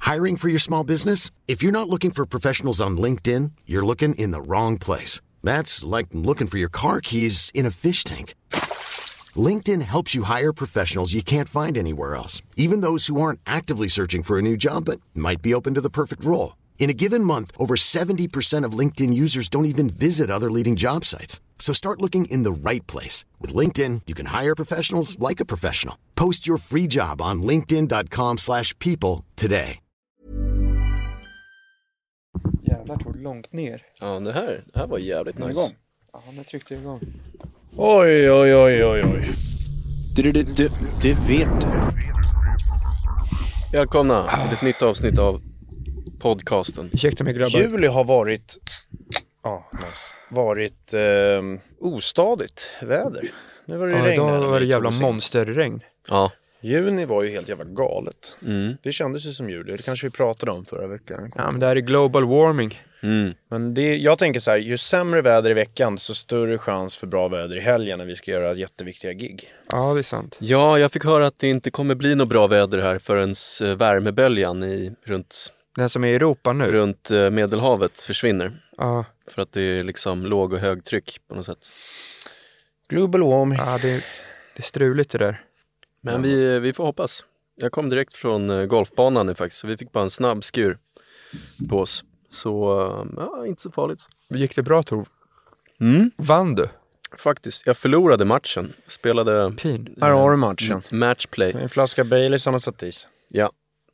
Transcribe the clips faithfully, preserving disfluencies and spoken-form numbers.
Hiring for your small business? If you're not looking for professionals on LinkedIn, you're looking in the wrong place. That's like looking for your car keys in a fish tank. LinkedIn helps you hire professionals you can't find anywhere else, even those who aren't actively searching for a new job but might be open to the perfect role. In a given month, over seventy percent of LinkedIn users don't even visit other leading job sites. So start looking in the right place. With LinkedIn, you can hire professionals like a professional. Post your free job on linkedin.com slash people today. Jävlar, tog långt ner. Ja, det här, det här var jävligt nice. Igång. Ja, nu tryckte jag igång. Oj, oj, oj, oj, oj. Du, du, du, du vet du. Välkomna till ett nytt avsnitt av podcasten. Ursäkta mig grabbar. Juli har varit ja, nice. varit eh, ostadigt väder. Nu var det Ja, regn. idag här var det vi jävla tog oss in. Ja. monsterregn. Juni var ju helt jävla galet. Mm. Det kändes ju som juli. Det kanske vi pratade om förra veckan. Ja, men det här är global warming. Mm. Men det, jag tänker så här, ju sämre väder i veckan så större chans för bra väder i helgen när vi ska göra jätteviktiga gig. Ja, det är sant. Ja, jag fick höra att det inte kommer bli något bra väder här förrän eh, värmeböljan i, runt, Den som är i Europa nu. runt eh, Medelhavet försvinner. Ja, För att det är liksom låg- och högtryck på något sätt. Global warming. ja det, det är struligt det där. Men vi, vi får hoppas. Jag kom direkt från eh, golfbanan nu faktiskt. Så vi fick bara en snabb skur på oss. Så, eh, ja, inte så farligt. Gick det bra, Tor? Mm. Vann du? Faktiskt, jag förlorade matchen. Jag spelade Pin. Här har du matchen. matchplay. En flaska Baileys han har satt i sig. Ja.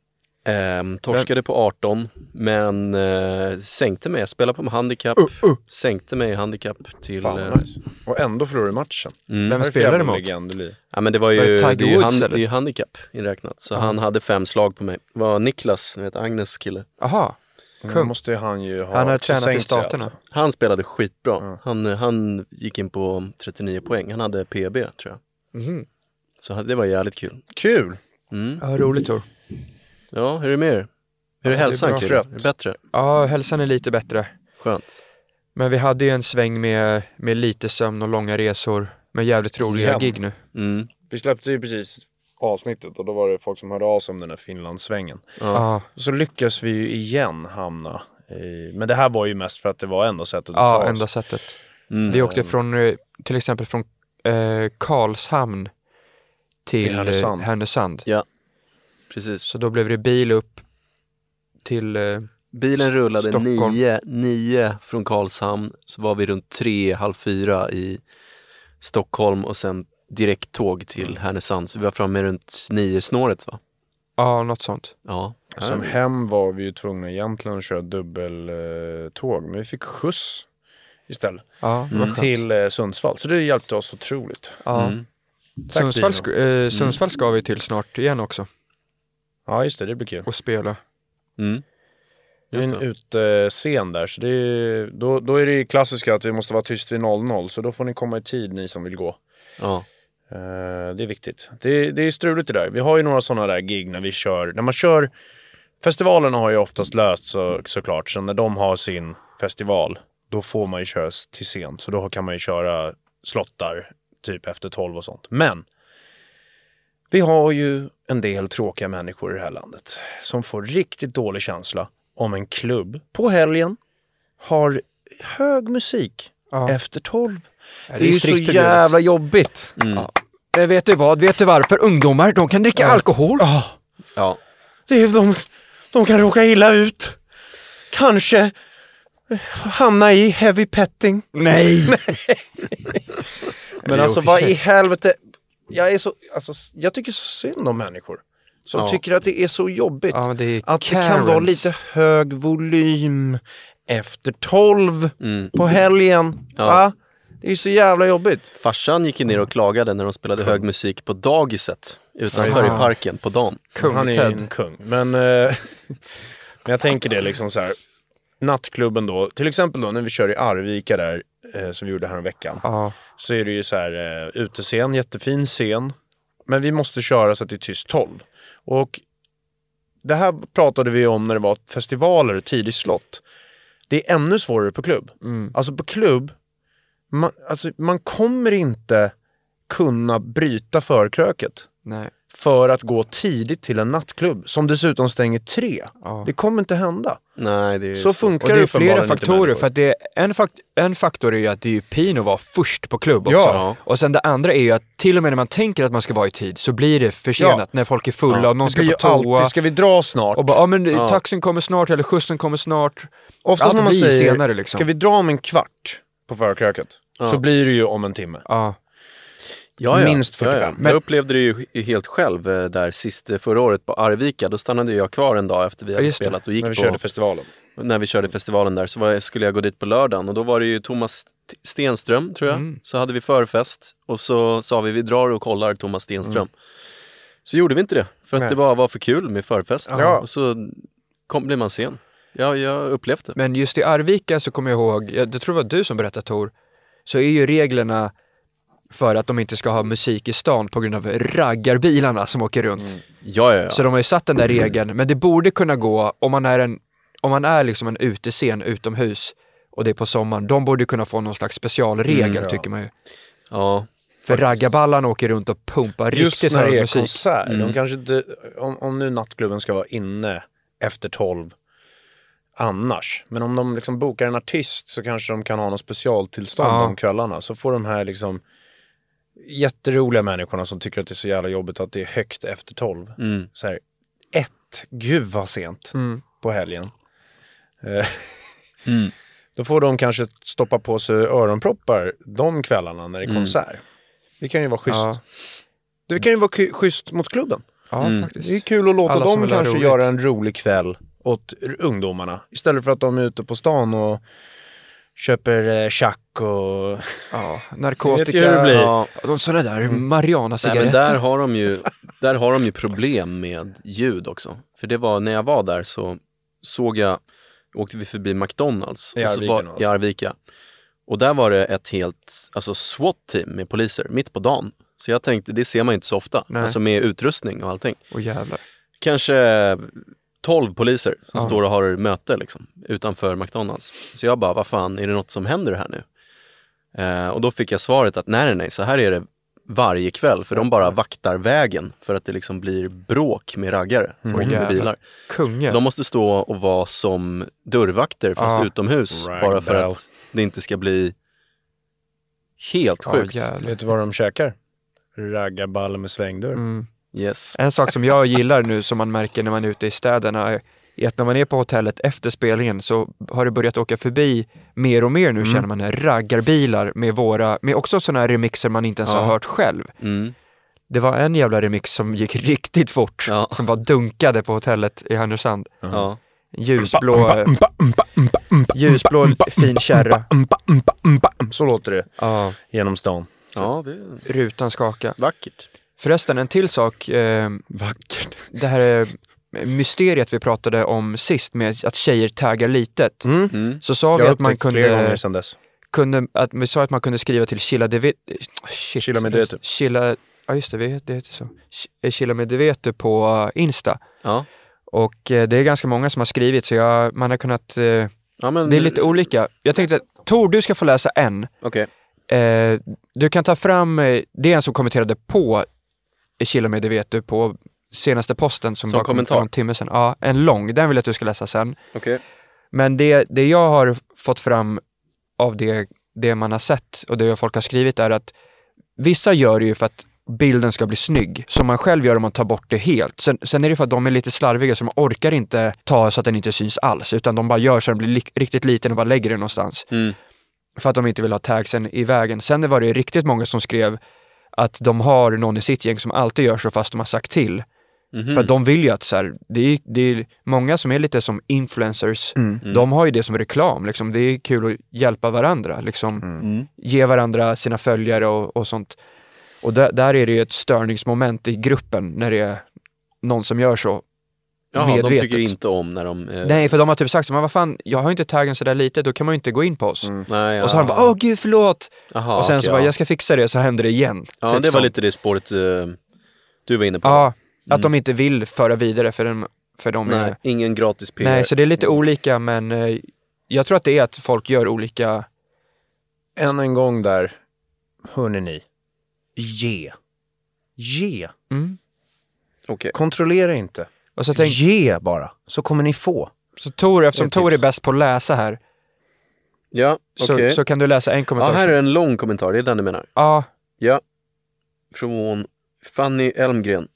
Ehm, torskade på arton, men eh, sänkte mig. Jag spelade på handikapp. Uh, uh. Sänkte mig i handikapp till... Fan eh, vad nice. Och ändå förlorade du matchen. mm. Vem Vad är det för spelade jävla du mot? legend du blir? Ja, men det var ju Var det Tiger det är ju Woods, hand, eller? det är handikapp inräknat. Så Ja. han hade fem slag på mig. Det var Niklas, ni vet, Agnes kille. Aha. Nu Kung. måste ju han ju ha Han har tränat i sänkt sig staterna. alltså. Han spelade skitbra. Ja. Han, han gick in på trettionio poäng. Han hade P B, tror jag. Mhm. Så det var jävligt kul. Kul. Mm. Ja, roligt, Tor. Ja, hur är det med er? Hur är Ja, det är hälsan, bra. kille? Är det bättre? Ja, hälsan är lite bättre. Skönt. Men vi hade ju en sväng med, med lite sömn och långa resor. Med jävligt roliga Igen. gig nu. Mm. Vi släppte ju precis avsnittet och då var det folk som hörde av sig om den här Finlandssvängen. Ja. Ja, Så lyckas vi ju igen hamna i... Men det här var ju mest för att det var enda sättet att ta ja oss. enda sättet. Mm. Vi åkte från, eh, till exempel från eh, Karlshamn till, Till Härnösand. Eh, Härnösand. Ja, precis. Så då blev det bil upp till... Eh, Bilen rullade Stockholm. nio, nio från Karlshamn. Så var vi runt tre, halv fyra i Stockholm och sen direkt tåg till Härnösand. Så vi var framme runt nio snåret, va? ja, något sånt. Ja. Som hem var vi ju tvungna egentligen att köra dubbeltåg. Eh, tåg, men vi fick skjuts istället. Ja, Mm. vad skönt. Till eh, Sundsvall. Så det hjälpte oss otroligt. Ja. Mm. Tack, Sundsvall, Dino. sk- eh, Sundsvall ska vi till snart igen också. Ja just det, det blir kul. Och spela. Mm. Det är Just en det. utescen där. Så det är, då, då är det klassiska att vi måste vara tyst vid noll noll. Så då får ni komma i tid, ni som vill gå. Ja. Eh, det är viktigt. Det, det är struligt det där. Vi har ju några sådana där gig när vi kör. När man kör... Festivalerna har ju oftast löst så, såklart. Så när de har sin festival, då får man ju köra till sent. Så då kan man ju köra slottar typ efter tolv och sånt. Men vi har ju en del tråkiga människor i det här landet som får riktigt dålig känsla om en klubb på helgen har hög musik Ja. efter tolv. Ja, Det är ju så strikt förbjudet. jävla jobbigt. Mm. Ja. Eh, Vet du vad? Vet du varför? Ungdomar, de kan dricka alkohol. Ja. Ja. Det är, de, de kan råka illa ut. Kanske eh, hamna i heavy petting. Nej! Men Jo, alltså för vad sig. i helvete. Jag, är så, alltså, jag tycker så synd om människor som Ja. tycker att det är så jobbigt. Ja, men det är att det kan Karens. vara lite hög volym efter tolv Mm. på helgen. Ja. Va? Det är ju så jävla jobbigt. Farsan gick ju ner och klagade när de spelade hög musik på dagiset utanför Ja. i parken på dagen. Kung Han är ju Ted. en kung. Men, eh, men jag tänker det liksom så här. Nattklubben då, till exempel då när vi kör i Arvika där, eh, som vi gjorde här en veckan. Ja. Så är det ju så här eh, utescen, jättefin scen. Men vi måste köra så att det är tyst tolv. Och det här pratade vi om när det var festivaler och tidig slott. Det är ännu svårare på klubb. Mm. Alltså på klubb, man, alltså, man kommer inte kunna bryta förkröket. Nej. för att gå tidigt till en nattklubb som dessutom stänger tre. Ja. Det kommer inte hända. Nej, det är Så svårt. funkar Och det är uppenbarligen flera inte faktorer, människor. för att det är en, fakt- en faktor är ju att det är ju pin att vara först på klubb också. Ja. Och sen det andra är ju att till och med när man tänker att man ska vara i tid så blir det försenat Ja. när folk är fulla Ja. och någon Det ska blir på ju toa. alltid, ska vi dra snart? Och bara, ja men Ja. taxin kommer snart eller skjutsen kommer snart. Oftast Allt när man blir säger, senare liksom. ska vi dra om en kvart på förkröket? Ja. Så blir det ju om en timme. Ja. Ja, ja. Minst fyrtiofem. Ja, ja. Men- Jag upplevde det ju helt själv eh, där sist eh, förra året på Arvika. Då stannade jag kvar en dag efter vi hade just det. spelat och gick När vi på, körde festivalen. när vi körde festivalen där så var jag, skulle jag gå dit på lördagen och då var det ju Thomas T- Stenström tror jag. Mm. Så hade vi förfest och så sa vi vi drar och kollar Thomas Stenström. Så gjorde vi inte det för att Nej. det bara var för kul med förfest. Ja. Och så kom, blev man sen. Ja, jag upplevde det. Men just i Arvika så kommer jag ihåg, jag, det tror det var du som berättade Tor, så är ju reglerna för att de inte ska ha musik i stan på grund av raggarbilarna som åker runt. Mm. Ja, ja, ja. Så de har ju satt den där regeln, men det borde kunna gå om man är en, om man är liksom en utescen utomhus och det är på sommaren, de borde kunna få någon slags specialregel Mm, ja. tycker man ju. ja. För raggarballarna åker runt och pumpar Just riktigt när hög det är musik. konsert. Mm. De kanske inte, om, om nu nattklubben ska vara inne efter tolv annars. Men om de liksom bokar en artist så kanske de kan ha någon specialtillstånd Ja. de kvällarna. Så får de här liksom jätteroliga människorna som tycker att det är så jävla jobbigt att det är högt efter tolv. Mm. Så här, ett, gud vad sent Mm. på helgen. Eh, Mm. Då får de kanske stoppa på sig öronproppar de kvällarna när det är Mm. konsert. Det kan ju vara schysst. Ja, Det kan ju vara ky- schysst mot klubben. ja Mm. faktiskt. Det är kul att låta Alla som dem vill ha kanske roligt. göra en rolig kväll åt r- ungdomarna. Istället för att de är ute på stan och köper eh, tjack och... Ja, Vet narkotika, ju hur det blir. Ja. och de sådana där Nej, marijuana-cigaretter. men där har de ju där har de ju problem med ljud också. För det var när jag var där så såg jag, åkte vi förbi McDonalds I och så Arvika var, alltså. i Arvika. Och där var det ett helt alltså SWAT-team med poliser mitt på dagen. Så jag tänkte, det ser man ju inte så ofta. Nej. Alltså med utrustning och allting. Åh jävlar. Kanske tolv poliser som Ja. står och har möte liksom, utanför McDonalds. Så jag bara, vad fan, är det något som händer här nu? Eh, och då fick jag svaret att nej, nej, nej, så här är det varje kväll. För de bara vaktar vägen för att det liksom blir bråk med raggare som Mm. åker med Jävlar. bilar. Kungen. Så de måste stå och vara som dörrvakter fast Ja. utomhus. Rag Bara för bell. att det inte ska bli helt Ja, sjukt. jävlar. Vet du vad de käkar? Raggarballe med svängdörr. Mm. Yes. En sak som jag gillar nu som man märker när man är ute i städerna är att när man är på hotellet efter spelningen så har det börjat åka förbi mer och mer nu känner man raggarbilar med våra, med också sådana här remixer man inte ens Ja. har hört själv. Mm. Det var en jävla remix som gick riktigt fort, Ja. som bara dunkade på hotellet i Härnösand. Ja. Ljusblå, ljusblå fin kärra. Så låter det Ja, genom stan. Ja, det är rutan skaka. vackert. Förresten, en till sak. Eh, Vackert. det här är mysteriet vi pratade om sist med att tjejer taggar litet. Mm. Mm. Så sa Jag vi har att man upptäckt flera gånger kunde, sedan dess. kunde att, vi sa att man kunde skriva till Chilla de Vet, shit, Chilla med Devetu. Chilla, ja just det, vi- det heter så. Ch- Chilla med Devetu på Insta. Ja. Och eh, det är ganska många som har skrivit så jag, man har kunnat, eh, Ja, men det är lite olika. Jag tänkte, Tor, du ska få läsa en. Okej. Eh, du kan ta fram, eh, det är en som kommenterade på Chilla med Devetu på senaste posten som, Som bara kom kommentar? för en timme sedan. Ja, en lång, den vill jag att du ska läsa sen. Okej. Men det, det jag har fått fram av det, det man har sett och det folk har skrivit är att vissa gör det ju för att bilden ska bli snygg, som man själv gör om man tar bort det helt. Sen, sen är det för att de är lite slarviga så man orkar inte ta så att den inte syns alls, utan de bara gör så att den blir li- riktigt liten och bara lägger den någonstans. Mm. För att de inte vill ha tagsen i vägen. Sen var det riktigt många som skrev att de har någon i sitt gäng som alltid gör så fast de har sagt till. Mhm. För att de vill ju att så här, det är, det är många som är lite som influencers, Mm. de har ju det som reklam, liksom. Det är kul att hjälpa varandra, liksom. Mm. Ge varandra sina följare och, och sånt. Och där, där är det ju ett störningsmoment i gruppen när det är någon som gör så Jaha, medvetet. de tycker inte om när de... Eh, Nej, för de har typ sagt så, men vad fan, jag har ju inte taggen så där lite, då kan man ju inte gå in på oss. Mm. Nej, Och så har de bara, åh gud förlåt! Aha, och sen okej, så bara, ja. jag ska fixa det, så händer det igen. Ja, Typ det var sånt. lite det spåret eh, du var inne på. Ja, att Mm. de inte vill föra vidare för, den, för de Nej, är... ingen gratis P R. Nej, så det är lite olika, men eh, jag tror att det är att folk gör olika... Än en gång där, hörni ni. Ge. Ge. Mm. Okej. Kontrollera inte. Och så tänk, Ge bara, så kommer ni få. så Tor, eftersom Ett Tor är tips. bäst på att läsa här, Ja, så, okej. så kan du läsa en Ja, kommentar. här är en lång kommentar, det är den du menar. Ja, Ja. Från Fanny Elmgren.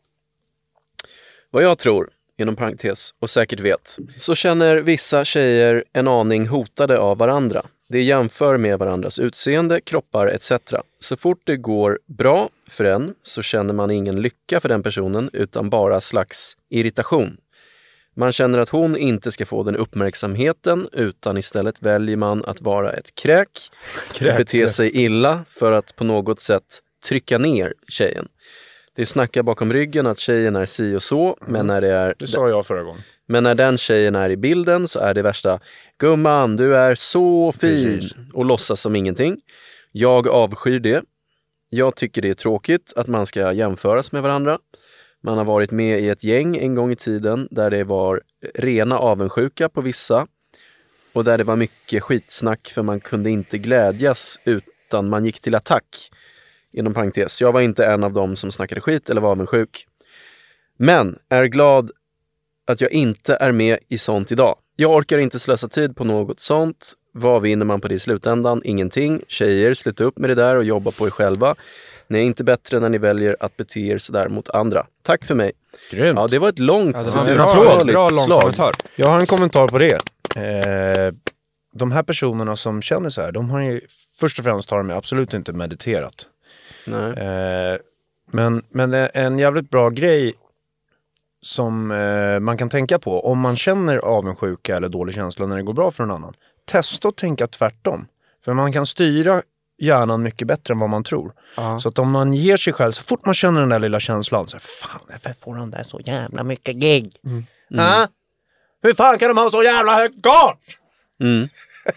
Vad jag tror, inom parentes, och säkert vet, så känner vissa tjejer en aning hotade av varandra. De jämför med varandras utseende, kroppar et cetera. Så fort det går bra för en så känner man ingen lycka för den personen utan bara slags irritation. Man känner att hon inte ska få den uppmärksamheten utan istället väljer man att vara ett kräk och bete sig illa för att på något sätt trycka ner tjejen. Det snackar bakom ryggen att tjejen är si och så, men när det är... Det sa jag förra gången. Men när den tjejen är i bilden så är det värsta: gumman, du är så fin, Precis. och låtsas som ingenting. Jag avskyr det. Jag tycker det är tråkigt att man ska jämföras med varandra. Man har varit med i ett gäng en gång i tiden där det var rena avundsjuka på vissa och där det var mycket skitsnack för man kunde inte glädjas utan man gick till attack. Inom parentes, jag var inte en av dem som snackade skit eller var avundsjuk. Men är glad att jag inte är med i sånt idag. Jag orkar inte slösa tid på något sånt. Vad vinner man på det i slutändan? Ingenting. Tjejer, sluta upp med det där och jobba på er själva. Ni är inte bättre när ni väljer att bete er sådär mot andra. Tack för mig. Grymt. Ja, det var ett långt, ja det var en en bra, applåd. bra lång slag. kommentar. Jag har en kommentar på det. Eh, de här personerna som känner så här, de har ju först och främst har de absolut inte mediterat. Nej. Eh, men, men en jävligt bra grej som eh, man kan tänka på om man känner avundsjuka eller dålig känsla när det går bra för någon annan. Testa att tänka tvärtom. För man kan styra hjärnan mycket bättre än vad man tror. Ja. Så att om man ger sig själv, så fort man känner den där lilla känslan, så här, fan, varför får han där så jävla mycket gig? Mm. Mm. Hur fan kan de ha så jävla högt gage? Mm.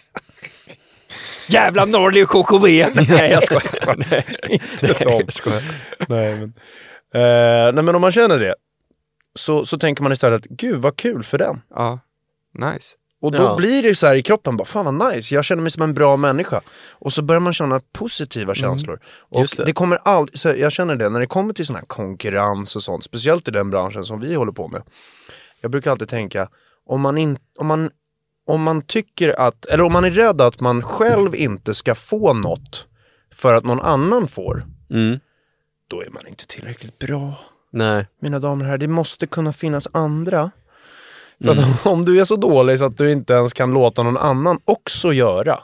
Jävla Nordic K K V! Nej, jag skojar. Nej, Inte nej, dem. jag skojar. Nej, men, eh, nej, men om man känner det, så, så tänker man istället, gud vad kul för den. Ja, nice. Och då Ja. blir det så här i kroppen, bara, fan vad nice, jag känner mig som en bra människa. Och så börjar man känna positiva känslor. Och Just det. det. kommer aldrig, så jag känner det, när det kommer till sån här konkurrens och sånt, speciellt i den branschen som vi håller på med. Jag brukar alltid tänka, om man, in, om man, om man tycker att, eller om man är rädd att man själv inte ska få något för att någon annan får, Mm. då är man inte tillräckligt bra. Nej. Mina damer och herrar, det måste kunna finnas andra. För att om du är så dålig så att du inte ens kan låta någon annan också göra,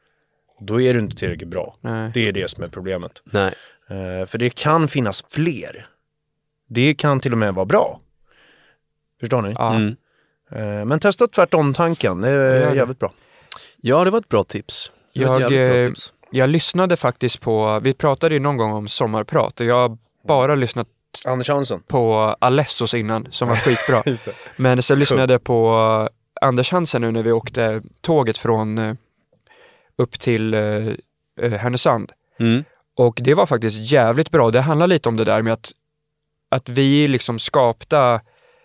då är du inte tillräckligt bra. Nej. Det är det som är problemet. Nej. Eh, för det kan finnas fler. Det kan till och med vara bra. Förstår ni? Ja. Mm. Eh, men testa tvärtom tanken. Det är Gör det. jävligt bra. Ja, det var ett bra tips. Det var ett Jag, jävligt bra eh, tips. jag lyssnade faktiskt på, vi pratade ju någon gång om sommarprat och jag har bara lyssnat Anders Hansen. på Alessos innan som var skitbra. Just det. Men så lyssnade jag på Anders Hansen nu när vi åkte tåget från eh, upp till eh, eh, Härnösand. Mm. Och det var faktiskt jävligt bra. Det handlar lite om det där med att, att vi liksom skapta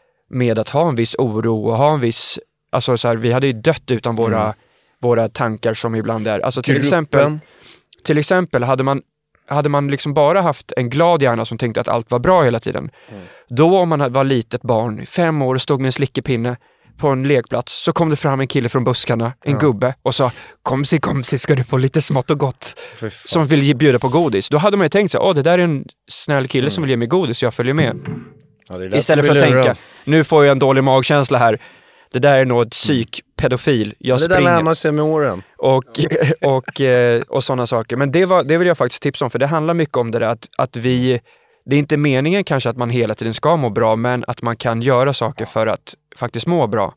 med att ha en viss oro och ha en viss, alltså så här, vi hade ju dött utan våra, Mm. våra tankar som ibland är. Alltså till Gruppen. exempel, till exempel hade man hade man liksom bara haft en glad hjärna som tänkte att allt var bra hela tiden. Mm. Då om man var litet barn, fem år och stod med en slickepinne på en lekplats, så kom det fram en kille från buskarna, en Ja. gubbe, och sa kom si, kom si, ska du få lite smått och gott, Fy fan. som vill ge- bjuda på godis. Då hade man ju tänkt sig, åh det där är en snäll kille Mm. som vill ge mig godis, jag följer med. Ja, det är lätt Istället för bli att tänka, lurad. nu får jag en dålig magkänsla här, det där är nog ett psykpedofil, jag Det där lär springer. man sig med åren. Och, och, eh, och sådana saker. Men det, var, det vill jag faktiskt tipsa om, för det handlar mycket om det där att, att vi, det är inte meningen kanske att man hela tiden ska må bra, men att man kan göra saker för att faktiskt må bra.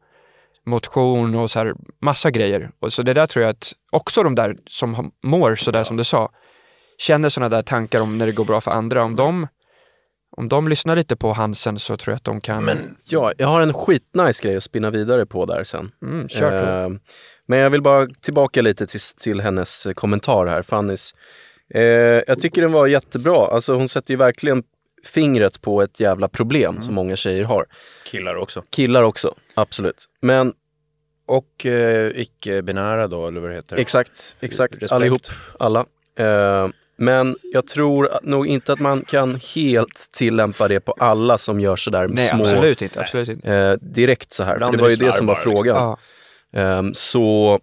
Motion och så här, massa grejer. Och så det där tror jag att också de där som har- mår så där som du sa, känner sådana där tankar om när det går bra för andra, om de om de lyssnar lite på Hansen så tror jag att de kan... Men Ja, jag har en skitnice grej att spinna vidare på där sen. mm, kör på. Eh, men jag vill bara tillbaka lite till, till hennes kommentar här, Fannys. Eh, jag tycker den var jättebra. Alltså hon sätter ju verkligen fingret på ett jävla problem Mm. som många tjejer har. killar också. Killar också, absolut. Men Och eh, icke-binära då, eller vad det heter. exakt, exakt, Respekt. allihop, alla. Eh, Men jag tror nog inte att man kan helt tillämpa det på alla som gör sådär Nej, små... absolut inte. Absolut inte. Eh, direkt så här. För Ibland det var är ju det det som var slarvar, frågan. Ja. Um, så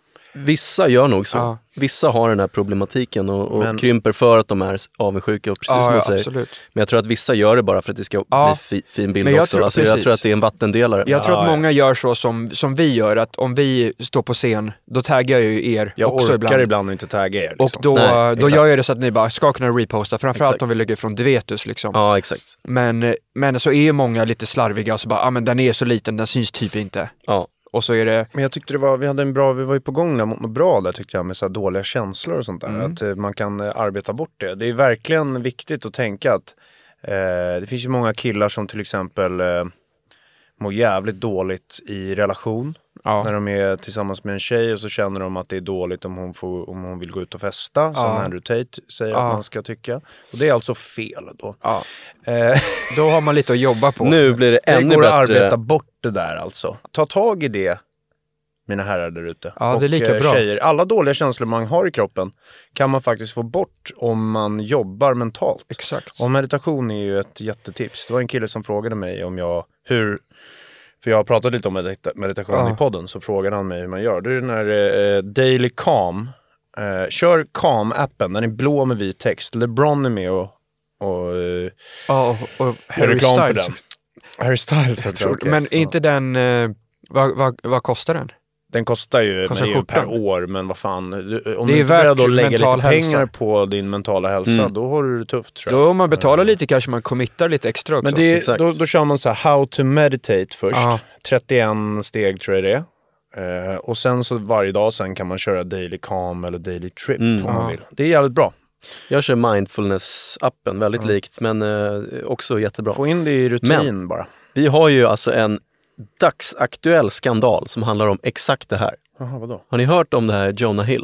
vissa gör nog så. Ja. Vissa har den här problematiken och, och Men- krymper för att de är avundsjuka, och precis Ja, som ja, man säger. absolut. Men jag tror att vissa gör det bara för att det ska Ja. bli fi, fin bild Men jag också. tror- alltså, jag precis. tror att det är en vattendelare. Jag tror Ja, att ja. många gör så som, som vi gör, att om vi står på scen, då taggar jag ju er Jag också orkar ibland. ibland inte tagga er. Och Liksom. då, Nej, då exakt. gör jag det så att ni bara ska kunna reposta, framförallt Exakt. om vi lägger från Devetus liksom. Ja, exakt. Men, men så är ju många lite slarviga och så bara, ja ah, men den är så liten, den syns typ inte. Ja. Och så är det, Men jag tyckte det var, vi hade en bra, vi var ju på gång där mot något bra där tyckte jag, med så här dåliga känslor och sånt där. Mm. Att eh, man kan eh, arbeta bort det. Det är verkligen viktigt att tänka att eh, det finns ju många killar som till exempel eh, mår jävligt dåligt i relation. ja. När de är tillsammans med en tjej och så känner de att det är dåligt om hon, får, om hon vill gå ut och festa, som Ja. Andrew Tate säger Ja. att man ska tycka. Och det är alltså fel då. ja. Eh, Då har man lite att jobba på. Nu blir det det ännu går att bättre. arbeta bort det där alltså. Ta tag i det, mina herrar där ute. Ja, det är och lika eh, bra. tjejer. Alla dåliga känslor man har i kroppen kan man faktiskt få bort om man jobbar mentalt. Exakt. Och meditation är ju ett jättetips. Det var en kille som frågade mig om jag, hur, för jag har pratat lite om medita- meditation Ja. i podden, så frågade han mig hur man gör. Det är den här eh, Daily Calm. Eh, kör Calm-appen, den är blå med vit text. LeBron är med och, och eh, Ja, och, och gör Harry reklam för Styles. den. Harry Styles, jag tror. Men är inte den, eh, vad, vad, vad kostar den? Den kostar ju, Kostar men det är ju per skjortan. år, men vad fan. Du, om Det är du inte är värt beredd att lägga lite mental hälsa. pengar på din mentala hälsa, Mm. då har du det tufft tror jag. Då om man betalar lite kanske man committar lite extra också. Men det är, Exakt. då, då kör man så här, how to meditate först. Ja. trettioen steg tror jag det är. Eh, och sen så varje dag sen kan man köra daily calm eller daily trip Mm. om man Ja. vill. Det är jävligt bra. Jag kör mindfulness-appen, väldigt likt, men eh, också jättebra. Få in det i rutin bara. Vi har ju alltså en dagsaktuell skandal som handlar om exakt det här. Jaha, vadå? Har ni hört om det här Jonah Hill?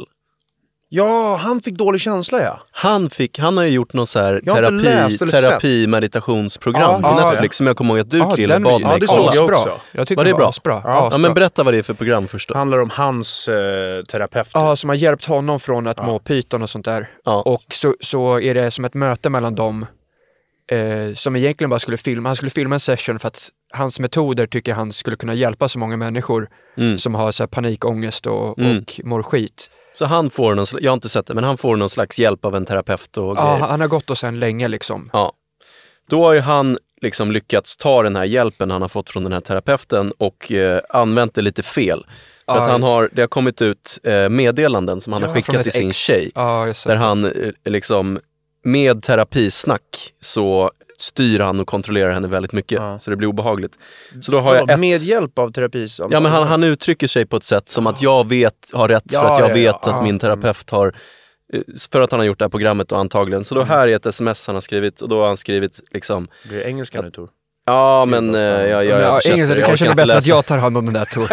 Ja, han fick dålig känsla ja. Han, fick, han har ju gjort någon så här Jag har inte terapi, läst eller sett. terapi-meditationsprogram Ja, på just det. Netflix som jag kommer ihåg att du, Ja, Krille, den- bad ja, mig det kolla. såg jag bra. också. Jag tyckte Var det det var bra? asbra. Ja. Ja, men berätta vad det är för program först då. Handlar om hans eh, terapeut. Ja, som har hjälpt honom från att Ja. må pyton och sånt där. Ja. Och så, så är det som ett möte mellan dem eh, som egentligen bara skulle filma. Han skulle filma en session för att hans metoder tycker han skulle kunna hjälpa så många människor Mm. som har så här panikångest och, Mm. och mår skit. Så han får någon, sl- jag har inte sett det, men han får någon slags hjälp av en terapeut och Ja, grejer. han har gått och sen länge liksom. Ja. Då har ju han liksom lyckats ta den här hjälpen han har fått från den här terapeuten och eh, använt det lite fel. För Ja, att han har, det har kommit ut eh, meddelanden som han Ja, har från skickat ett till sin ex. tjej. Ja, jag ser. Där han eh, liksom med terapisnack så styr han och kontrollerar henne väldigt mycket. Ja. Så det blir obehagligt. Så då har jag Vadå, ett... med hjälp av terapi. Ja, men han, han uttrycker sig på ett sätt som att jag vet, har rätt Ja, för att jag ja, vet ja, att ja. min terapeut har, eh, för att han har gjort det här programmet och antagligen. Så då här är ett sms han har skrivit och då har han skrivit liksom, Blir det engelska nu Tor? ja men eh, jag, jag, Men, jag ja, översätter engelska, det jag kanske orkar är inte bättre att läsa. jag tar hand om den där Tor.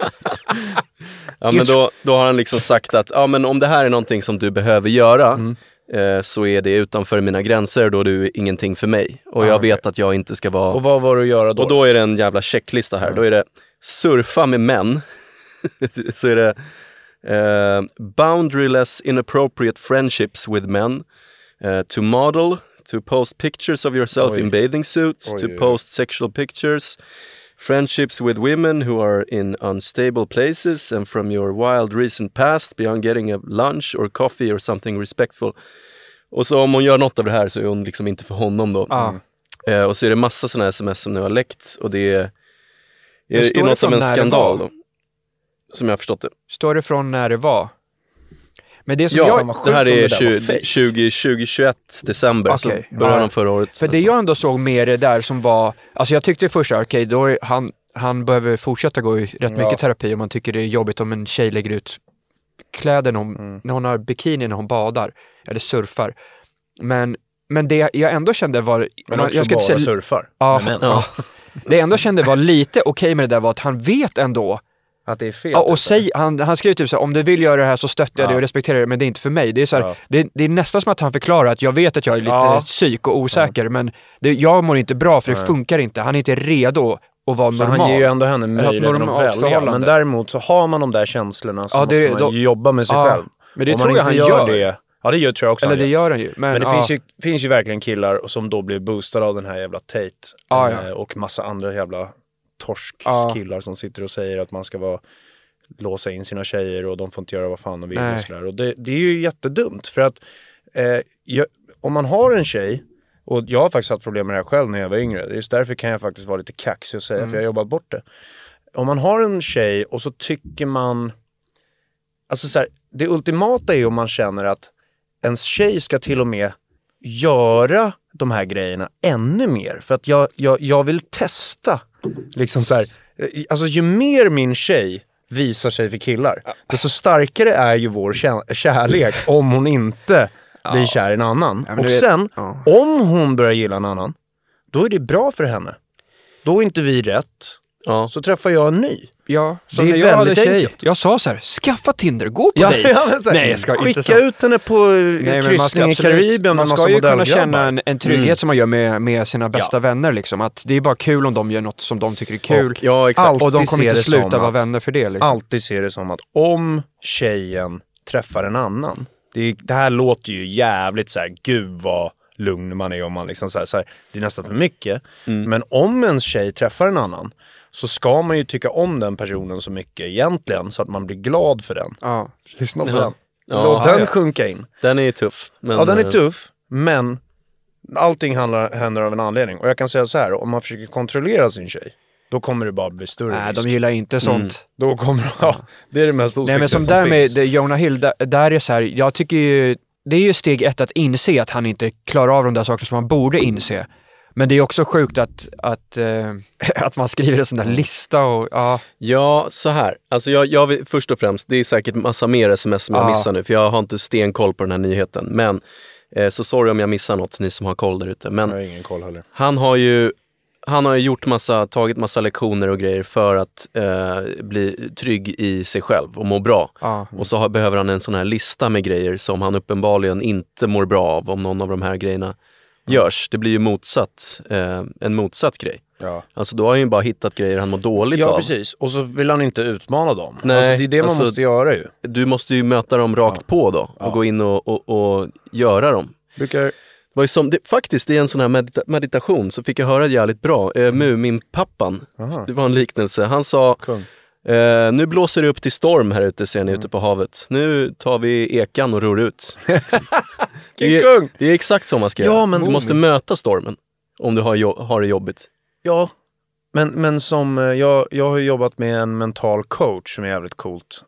Ja, men då, då har han liksom sagt att ja, men om det här är någonting som du behöver göra Mm. eh, så är det utanför mina gränser, då är du ingenting för mig. Och jag Ah, okej. vet att jag inte ska vara... Och vad var det att göra då? Och då är det en jävla checklista här. Då är det surfa med män. Så är det eh, boundaryless inappropriate friendships with men. Eh, to model, to post pictures of yourself Oj. in bathing suits, Oj, to oj, oj. post sexual pictures. Friendships with women who are in unstable places and from your wild recent past beyond getting a lunch or coffee or something respectful. Och så om hon gör något av det här så är hon liksom inte för honom då. Ja. Eh, och så är det massa sådana sms som nu har läckt och det är, Men är, står är det något av från en när det skandal var? då. Som jag har förstått det. Står det från när det var? Men det som Ja, jag... vad sjukt det här om är det där var tjugo, fake. tjugo, tjugo tjugoett december, Okej, så början ja. av förra året. För det jag ändå såg med det där som var, alltså jag tyckte först, okej, okay, då är han, han behöver fortsätta gå i rätt Ja. mycket terapi om man tycker det är jobbigt om en tjej lägger ut kläder när hon, Mm. när hon har bikini när hon badar eller surfar. Men, men det jag ändå kände var, Men jag också ska bara inte säga, surfar. Ja, med män. Ja. det jag ändå kände var lite okej med det där var att han vet ändå. Att det är fel. Ja, och typ. säg, han, han skrev typ så här, om du vill göra det här så stöttar jag Ja. det och respekterar det, men det är inte för mig. Det är, så här, Ja. det, det är nästan som att han förklarar att jag vet att jag är lite Ja. psyk och osäker, men det, jag mår inte bra för det Nej. funkar inte. Han är inte redo att vara Så normal. han ger ju ändå henne Eller ett möjligheten att normalt välja. förhållande. Men däremot så har man de där känslorna så Ja, det- måste man då- ju jobba med sig Ja, själv. men det Om tror man jag inte han gör gör. det, Ja, det gör, tror jag också. Eller det gör han ju. Men, Men det ja. finns, ju, finns ju verkligen killar som då blir boostade av den här jävla Tate. Ja, ja. Eh, och massa andra jävla torskskillar Ja. som sitter och säger att man ska vara, låsa in sina tjejer och de får inte göra vad fan de vill. Nej. Och, sådär. Och det, det är ju jättedumt. För att eh, jag, om man har en tjej, och jag har faktiskt haft problem med det här själv när jag var yngre. Just därför kan jag faktiskt vara lite kaxig och säga, Mm. för jag har jobbat bort det. Om man har en tjej och så tycker man... Alltså så här, det ultimata är om man känner att ens tjej ska till och med göra de här grejerna ännu mer. För att jag, jag, jag vill testa. Liksom så här, alltså ju mer min tjej visar sig för killar, desto starkare är ju vår kä- kärlek om hon inte blir kär i en annan. men Och du vet- sen, ja. om hon börjar gilla en annan, då är det bra för henne. Då är inte vi rätt. Ja. Så träffar jag en ny. Ja, Det är när jag hade väldigt tjej. enkelt. Jag sa så här, skaffa Tinder, gå på Ja, dejt. ja, men så här, Nej, jag ska skicka inte så. ut henne på Nej, men man ska kryssning i absolut- Karibien med Man massa ska ju kunna modellgrabbar. känna en, en trygghet Mm. som man gör med, med sina bästa Ja. vänner liksom. Att det är bara kul om de gör något som de tycker är kul. Ja, exakt. Allt. Och de alltid kommer ser inte det sluta som vara att- vänner för det liksom. Alltid ser det som att om tjejen träffar en annan, det, är, det här låter ju jävligt så här, gud vad lugn man är om man liksom så här, så här, det är nästan för mycket. Mm. Men om en tjej träffar en annan så ska man ju tycka om den personen så mycket egentligen så att man blir glad för den. Ja. Lyssna på Ja. den. Ja, Låt den ja. sjunka in. Den är ju tuff. Men, Ja, den är eh, tuff, men allting handlar, händer av en anledning. Och jag kan säga så här, om man försöker kontrollera sin tjej, då kommer det bara bli större Nej, risk. de gillar inte sånt. Då kommer ja, det är det mest osäkra Nej, men som som där med finns. det, Jonah Hill, där, där är så här, jag tycker ju, det är ju steg ett att inse att han inte klarar av de där sakerna som man borde inse. Men det är också sjukt att, att, eh, att man skriver en sån där lista och ja. Ja, så här. Alltså jag, jag vill, först och främst, det är säkert massa mer sms som jag Ja. missar nu, för jag har inte stenkoll på den här nyheten. Men, eh, så sorry om jag missar något, ni som har koll där ute. Men Jag har ingen koll heller. han har ju han har ju gjort massa, tagit massa lektioner och grejer för att eh, bli trygg i sig själv och må bra. ja. Och så har, behöver han en sån här lista med grejer som han uppenbarligen inte mår bra av om någon av de här grejerna görs. Det blir ju motsatt, eh, en motsatt grej. Ja. Alltså då har han ju bara hittat grejer han mår dåligt Ja, av. precis. Och så vill han inte utmana dem. Nej, alltså, det är det man alltså- måste göra ju. Du måste ju möta dem rakt på då och Ja. gå in och, och, och göra dem. Brukar... Det var ju som, det, faktiskt i en sån här medita- meditation så fick jag höra jävligt bra. Eh, Muminpappan, Aha. det var en liknelse. Han sa, Kung. eh, nu blåser det upp till storm här ute, ser ni ute på havet. Nu tar vi ekan och ror ut. King det, Kung! det är exakt så man ska Ja, göra. men- Du måste möta stormen om du har, jo- har det jobbigt. Ja, men, men som eh, jag, jag har jobbat med en mental coach som är jävligt coolt.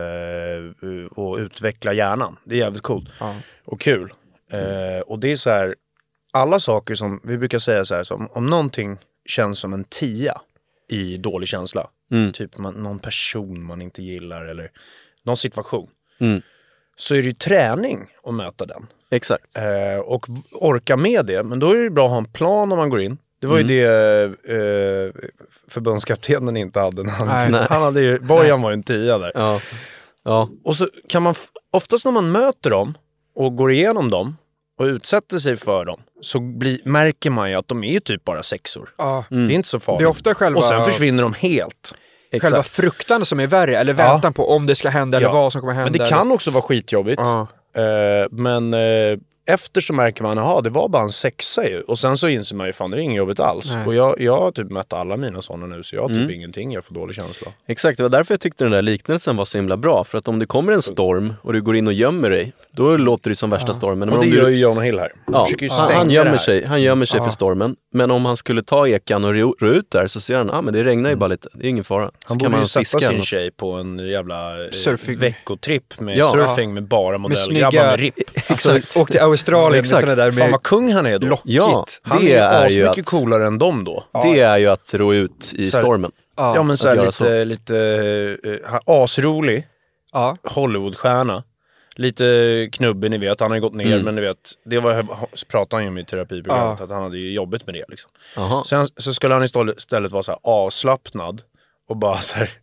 Eh, och utveckla hjärnan. Det är jävligt coolt. Ja. Och kul. Eh, och det är så här, alla saker som, vi brukar säga så här, som, om någonting känns som en tia i dålig känsla. Mm. Typ man, någon person man inte gillar eller någon situation. Mm. Så är det ju träning att möta den. Exakt. Eh, och v- orka med det. Men då är det bra att ha en plan när man går in. Det var ju det eh, förbundskaptenen inte hade. När han, Nej. Nej. han hade ju, Bojan var ju en tia där. Ja. Ja. Och så kan man, f- oftast när man möter dem och går igenom dem och utsätter sig för dem så bli, märker man ju att de är ju typ bara sexor. Ja. Mm. Det är inte så farligt. Det är ofta själva, Och sen försvinner de helt. Exakt. själva fruktan som är värre, eller Ja. väntan på om det ska hända eller Ja. vad som kommer hända. Men det kan också vara skitjobbigt. Ja. Eh, men eh, efter så märker man, aha, det var bara en sexa ju. Och sen så inser man ju, fan det är inget jobbigt alls. Nej. Och jag, jag har typ mött alla mina sådana nu, så jag har typ Mm. ingenting, jag får dålig känsla. Exakt, det var därför jag tyckte den där liknelsen var så himla bra. För att om det kommer en storm och du går in och gömmer dig, då låter det som värsta stormen. Men Och om det du, gör ju Jonah Hill här. ja, Försöker ju han, stänga han det gömmer här. sig, han gömmer sig Ja. för stormen. Men om han skulle ta ekan och ro, ro ut där så ser han, ja ah, men det regnar ju bara lite, det är ingen fara. Så Han kan borde man ju sätta fiska eller sin något. tjej på en jävla eh, Surfing. veckotripp med Ja. surfing med bara Med modellgrabbar snygga... med ripp. Exakt. Och till Australien med Exakt. sådana där Fan med vad kung han är då. lockigt. Ja, Han det är är ju ju asmycket att, coolare än dem då. det är ju att ro ut i Så här- stormen. Ja. Ja men så att här göra lite, lite uh, asrolig Ja. Hollywoodstjärna. Lite knubbig, ni vet. Han har ju gått ner, Mm. men ni vet, det var, pratade han ju om i terapiprogrammet, Ja. att han hade ju jobbigt med det liksom. Jaha. Sen så skulle han istället istället vara så här avslappnad och bara så här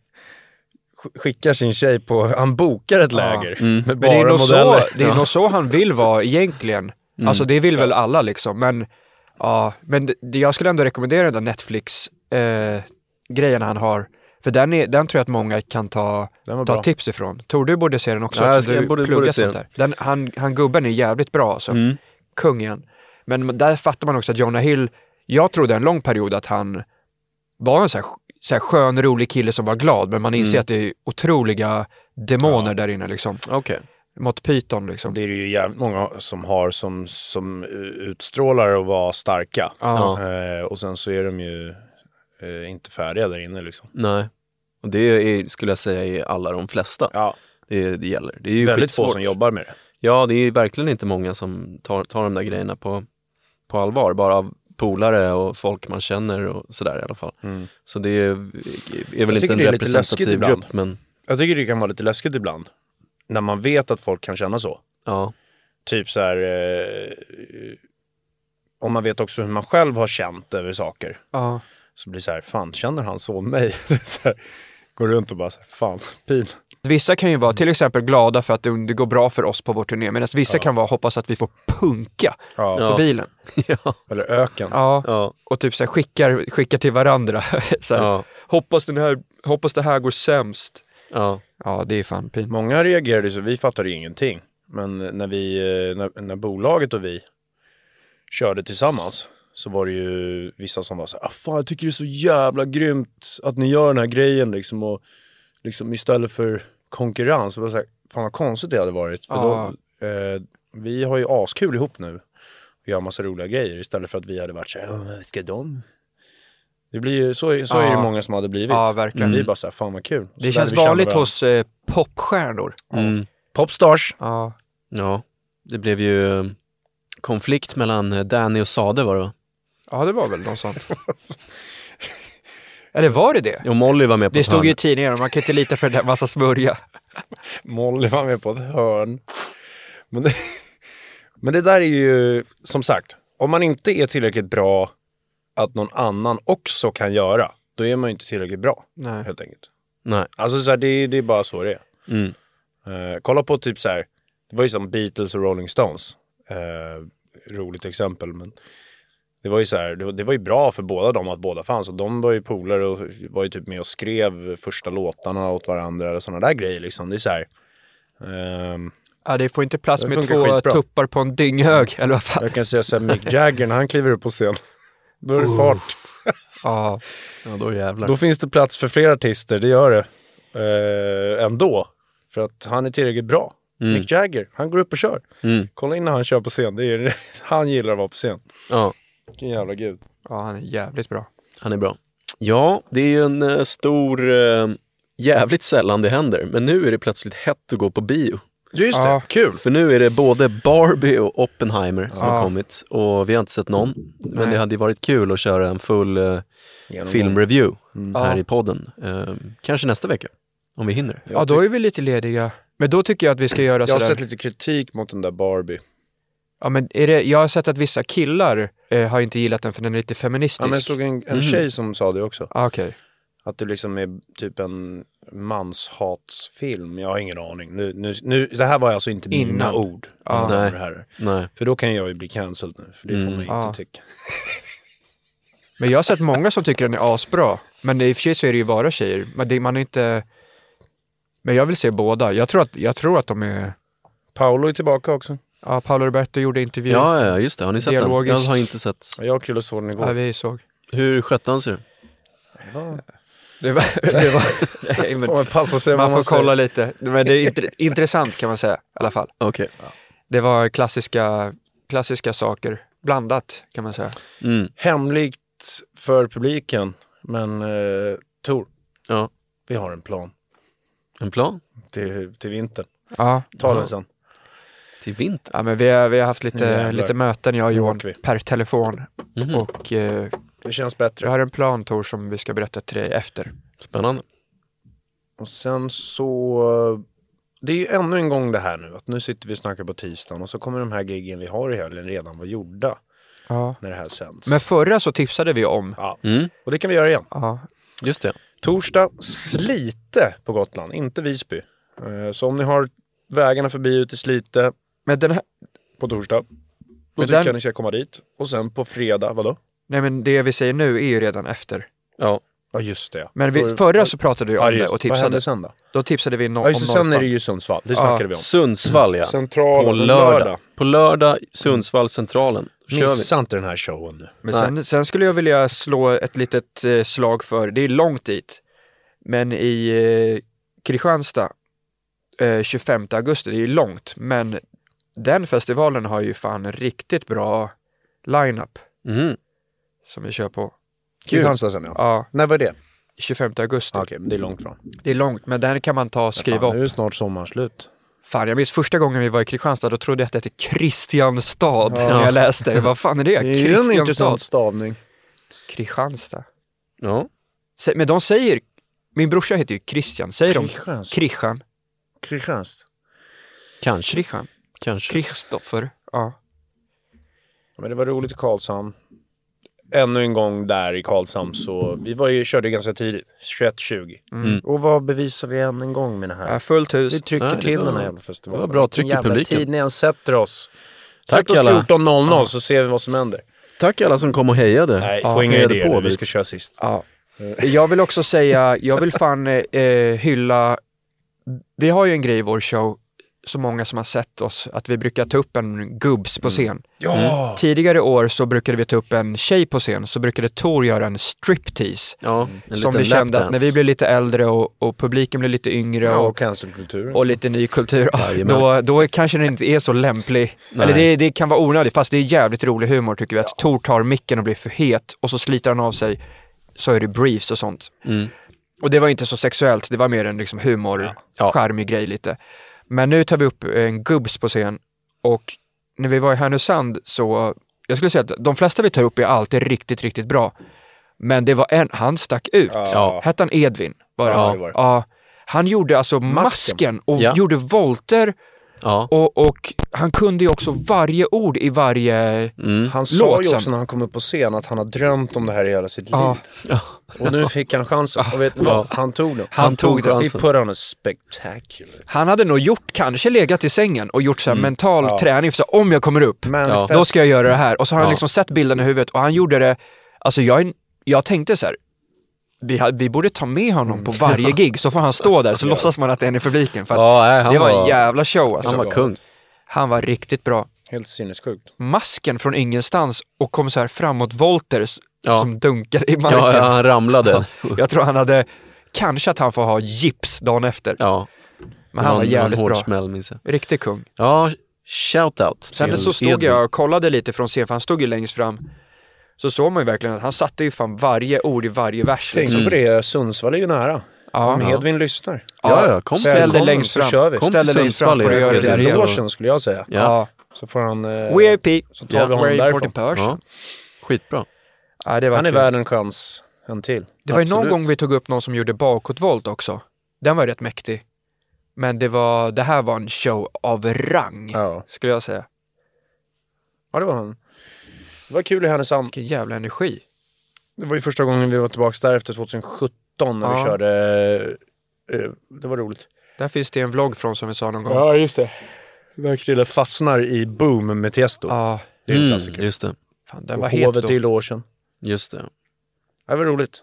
sk- skickar sin tjej på, han bokar ett läger Mm. med Men bara det är, nog så, modeller. det är Ja. nog så han vill vara egentligen. Mm. Alltså det vill väl alla liksom. Men, ja, men det, jag skulle ändå rekommendera den där Netflix eh, grejen han har. För För den, är, den tror jag att många kan ta, Den var ta bra. tips ifrån. Tror du borde se den också? Ja, jag eftersom ska- du jag borde- pluggat borde se sånt där. Den, han, han gubben är jävligt bra alltså. Mm. Kung igen. Men där fattar man också att Jonah Hill, jag trodde en lång period att han var en så här, så här skön, rolig kille som var glad, men man inser Mm. att det är otroliga demoner Ja. där inne liksom. Okej. Mot Python liksom. Det är ju jävligt många som har som, som utstrålar att vara starka. Ja. Eh, och sen så är de ju eh, inte färdiga där inne liksom. Nej. Och det är, skulle jag säga är alla de flesta. Ja, Det, det gäller. Det är ju väldigt få skitsvårt. som jobbar med det. Ja, det är verkligen inte många som tar, tar de där grejerna på, på allvar. Bara av polare och folk man känner och sådär i alla fall. Mm. Så det är, är väl inte tycker en det är lite läskigt representativ ibland. grupp, men Jag tycker det kan vara lite läskigt ibland. När man vet att folk kan känna så. ja. Typ så här. Eh, om man vet också hur man själv har känt över saker. Ja. Så blir det så här, fan känner han så om mig? så här, går runt och bara så här, fan, pin. Vissa kan ju vara till exempel glada för att det, det går bra för oss på vår turné, medan vissa Ja. kan vara hoppas att vi får punka Ja, på Ja. bilen. ja. eller öken. Ja. Ja. Och typ så här, skickar, skickar till varandra. så här, Ja. hoppas, den här, hoppas det här går sämst. Ja. Ja, det är fan pin. Många reagerade så, vi fattade ingenting. Men när vi, eh, när, när bolaget och vi körde tillsammans så var det ju vissa som var så här, ah, fan jag tycker det är så jävla grymt att ni gör den här grejen liksom, och liksom istället för konkurrens. Och det var så här, fan vad konstigt det hade varit. För Ja. då, eh, vi har ju askul ihop nu och gör massa roliga grejer istället för att vi hade varit så här, "Åh, ska de? Det blir ju, så, så är det Ja. många som hade blivit. Ja, verkligen. Vi bara så här, fan vad kul. Så Det lärde känns vi känna vanligt varandra. hos eh, popstjärnor. Mm. Popstars. Ja. Ja. Det blev ju eh, konflikt mellan eh, Danny och Sade var det va? Ja, det var väl något sånt. Eller var det det? Och Molly var med på Det ett stod ju i hörn. tidningen, man kan inte lita för den där massa smörja. Molly var med på ett hörn. Men det, men det där är ju, som sagt, om man inte är tillräckligt bra att någon annan också kan göra, då är man ju inte tillräckligt bra, Nej. helt enkelt. Nej. Alltså så här, det, det är bara så det är. Mm. Eh, kolla på typ så här, det var ju som Beatles och Rolling Stones. Eh, roligt exempel, men det var ju så här, det var, det var ju bra för båda dem att båda fanns. Och de var ju polare och var ju typ med och skrev första låtarna åt varandra och sådana där grejer liksom. Det är så här. ehm, Ja, det får inte plats Det med funkar två skitbra. tuppar på en dynghög, eller vad fan. Jag kan säga så här, Mick Jagger när han kliver upp på scen, då är det fart. Ja. Ja, då jävlar. Då finns det plats för fler artister, det gör det. Eh, ändå. För att han är tillräckligt bra. Mm. Mick Jagger, han går upp och kör. Mm. Kolla in när han kör på scen, det är, han gillar att vara på scen. Ja, Vilken jävla gud. Ja, han är jävligt bra. han är bra. Ja, det är ju en eh, stor... Eh, jävligt sällan det händer. Men nu är det plötsligt hett att gå på bio. Just Ja. det, kul. För nu är det både Barbie och Oppenheimer som Ja. har kommit. Och vi har inte sett någon. Men Nej. det hade ju varit kul att köra en full eh, filmreview här Ja. i podden. Eh, kanske nästa vecka. Om vi hinner. Ja, då är vi lite lediga. Men då tycker jag att vi ska göra Jag har sådär. sett lite kritik mot den där Barbie. Ja, men är det, jag har sett att vissa killar eh, har inte gillat den för den är lite feministisk. Ja, men jag såg en, en Mhm. tjej som sa det också. Ah, okej. Att det liksom är typ en manshatsfilm. Jag har ingen aning. Nu, nu, nu, det här var alltså inte mina Innan. ord. Ja. mina damer Nej. och herrar. Nej. För då kan jag ju bli cancelled nu. För det får Mm. man ju Ja. inte tycka. Men jag har sett många som tycker den är asbra. Men i och för sig så är det ju bara tjejer. Men det, man är inte... Men jag vill se båda. Jag tror att, jag tror att de är... Paolo är tillbaka också. Ja, Paolo Roberto gjorde intervju. Ja, ja, just det. Har ni sett den? Dialogiskt. Jag har inte sett. Och jag och Krille såg den Ja, igår. vi såg. Hur skötte han sig? Ja. Det var... Det var nej, men Får man passa sig vad man man får kolla säger. lite. Men det är int- intressant kan man säga i alla fall. Okej. Det var klassiska, klassiska saker. Blandat kan man säga. Mm. Hemligt för publiken. Men eh, Tor, Ja. vi har en plan En plan? till, till vintern. Ja, Ta Ja. den sen. Till vinter? ja men vi har, vi har haft lite, Jävlar. lite möten jag och Nu Johan åker vi. per telefon. Mhm. Och eh, Det känns vi bättre. har en plan Tor som vi ska berätta till dig efter. Spännande. Och sen så... Det är ju ännu en gång det här nu. Att nu sitter vi och snackar på tisdagen. Och så kommer de här giggen vi har i helgen redan vara gjorda. Ja. När det här sänds. Men förra så tipsade vi om. Ja, Mm. och det kan vi göra igen. Ja, Just det. Torsdag, Slite på Gotland. Inte Visby. Eh, Så om ni har vägarna förbi ut i Slite men den här, på torsdag. Då Men tycker den- jag ni ska komma dit. Och sen på fredag, vadå? nej men det vi säger nu är ju redan efter. Ja. Ja, just det. Men vi, För- förra så pratade vi om Ja, det just- och Vad tipsade. hände sen då? Då tipsade vi no- Ja, just om det, sen är Norrfall. det ju Sundsvall. Det snackade vi om. Sundsvall ja. Centralen, På lördag. lördag. På lördag, Sundsvall centralen. Då kör vi. Missa inte den här showen nu. Men sen, sen skulle jag vilja slå ett litet eh, slag för, det är långt dit, men i eh, Kristianstad eh, tjugofemte augusti, det är ju långt, men den festivalen har ju fan en riktigt bra line-up Mm. som vi kör på. Kristianstad sen ja. Ja, När var det? tjugofemte augusti. Ah, Okej, men det är långt från. Det är långt, men den kan man ta och skriva Fan, upp. nu är det snart sommaren slut. Fan, jag minns första gången vi var i Kristianstad, då trodde jag att det hette Kristianstad Ja. när jag läste. Vad fan är det? Det är ju en Kristianstad. intressant stavning. Kristianstad. Ja. Sä- Men de säger, min brorsa heter ju Christian, säger de Kristianstad. Kristian? Kristianstad. Kanske. Kristian? Kanske. Kristoffer? Ja. Ja, men det var roligt i Karlshamn. Ännu en gång där i Karlshamn så vi var ju, körde ganska tidigt, tjugoett tjugo. Mm. Och vad bevisar vi än en gång med det här? Ja, fullt hus. Vi trycker Nej, det till var- den här jävla festivalen. det var bra tryck i Vilken jävla publiken. tid ni än sätter oss. Tack Sätt oss alla. fjorton noll noll så ser vi vad som händer. Tack alla som kom och hejade. Nej, Ja, få inga hejade idéer på, nu, vi vi- ska köra sist. Ja. Jag vill också säga, jag vill fan eh, hylla, vi har ju en grej i vår show, så många som har sett oss, att vi brukar ta upp en gubbs på scen. Ja! Tidigare år så brukade vi ta upp en tjej på scen, så brukade Tor göra en striptease. Ja, en Som liten vi kände att lapdance. när vi blev lite äldre och, och publiken blev lite yngre Ja, och, och cancelkulturen. och lite ny kultur, Jajamän. då, då kanske den inte är så lämplig. Nej. Eller det, det kan vara onödigt, fast det är jävligt rolig humor tycker vi. Att Tor tar micken och blir för het och så sliter han av sig, så är det briefs och sånt. Mm. Och det var inte så sexuellt, det var mer en liksom humor, Ja. charmig grej lite. Men nu tar vi upp en gubbs på scen och när vi var i Härnösand så, jag skulle säga att de flesta vi tar upp är alltid riktigt, riktigt bra. Men det var en, han stack ut. Ja. Hette han Edvin? Bara. Ja, Ja, det var det. ja. Han gjorde alltså masken, Masken. och Ja. gjorde volter Ja. och, och han kunde ju också varje ord i varje... Mm. Han sa Låt ju sen. också när han kom upp på scen att han har drömt om det här i hela sitt Ja. liv. Och nu fick han chansen. Och vet ni vad? Han tog den. Han tog den. Vi put on a spectacular. Han hade nog gjort, kanske legat i sängen och gjort så här mental Ja. träning för så här, om jag kommer upp, Manifest. då ska jag göra det här. Och så har han Ja. liksom sett bilden i huvudet och han gjorde det, alltså jag, jag tänkte så här, vi, ha- vi borde ta med honom på varje gig så får han stå där så låtsas man att det är en i publiken. För att Ja, nej, han det var en var- jävla show alltså. Han var kung. Han var riktigt bra. Helt sinnessjukt. Masken från ingenstans och kom så här framåt volter s- Ja. som dunkade i marken. Ja, ja, han ramlade. Jag tror han hade, kanske att han får ha gips dagen efter. Ja. Men han var jävligt en hård bra. smäll, minns jag. Riktig kung. Ja, shoutout Sen till så stod Edvin. jag och kollade lite från scen, för han stod ju längst fram. Så såg man ju verkligen att han satte ju fan varje ord i varje vers. Tänk Liksom. på det, Sundsvall är ju nära. Ja, Om ja. Edvin lyssnar. Ja, ja, kom Ställ dig Välkommen, längst så fram. kör vi. Kom Ställ till dig längst fram Sundsvall för att i göra det Edvin. där En igen. elogen skulle jag säga. Ja. Ja. Så får han... Eh, W A P. så tar vi honom Very därifrån. important person. Ja. Skitbra. Ja, det var Han är kul. värd en chans. En till. Det var ju någon Absolut. gång vi tog upp någon som gjorde bakåtvolt också. Den var rätt mäktig. Men det var, det här var en show av rang, Ja. skulle jag säga. Ja, det var han. Det var kul i Härnösand. Vilken jävla energi. Det var ju första gången vi var tillbaka där efter tjugosjutton när vi Ja. körde... eh, det var roligt. Där finns det en vlogg från som vi sa någon gång. Ja, just det. Verkligen fastnar i Boom med Tiesto. Ja, Det är en Mm, klassiker. just det. fan, den Och var het Hovet då. i logen. Just det. Det var roligt.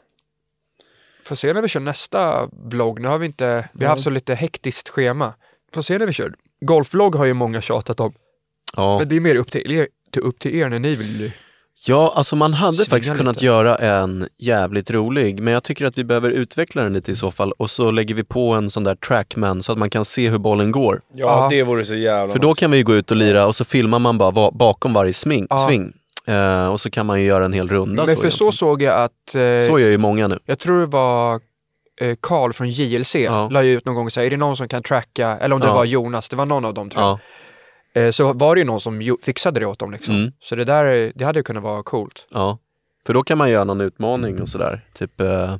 Får se när vi kör nästa vlogg. Nu har vi inte, vi har haft så lite hektiskt schema. Får se när vi kör. Golfvlogg har ju många tjatat om. Ja. Men det är mer upp till er, till, upp till er när ni vill. Ja, alltså man hade Svinga faktiskt lite. kunnat göra en jävligt rolig, men jag tycker att vi behöver utveckla den lite i så fall och så lägger vi på en sån där trackman så att man kan se hur bollen går. Ja, Ja. det vore så jävla... För då kan vi ju gå ut och lira och så filmar man bara va- bakom varje sving, Ja. sving. Eh, och så kan man ju göra en hel runda. Men så för så egentligen. såg jag att, eh, så gör ju många nu. jag tror det var eh, Carl från J L C, Ja. la ju ut någon gång och sa, är det någon som kan tracka, eller om det Ja. var Jonas, det var någon av dem tror jag. Ja. Eh, så var det ju någon som ju, fixade det åt dem liksom. Mm. Så det där, det hade ju kunnat vara coolt. Ja, för då kan man göra någon utmaning och sådär. Typ, eh,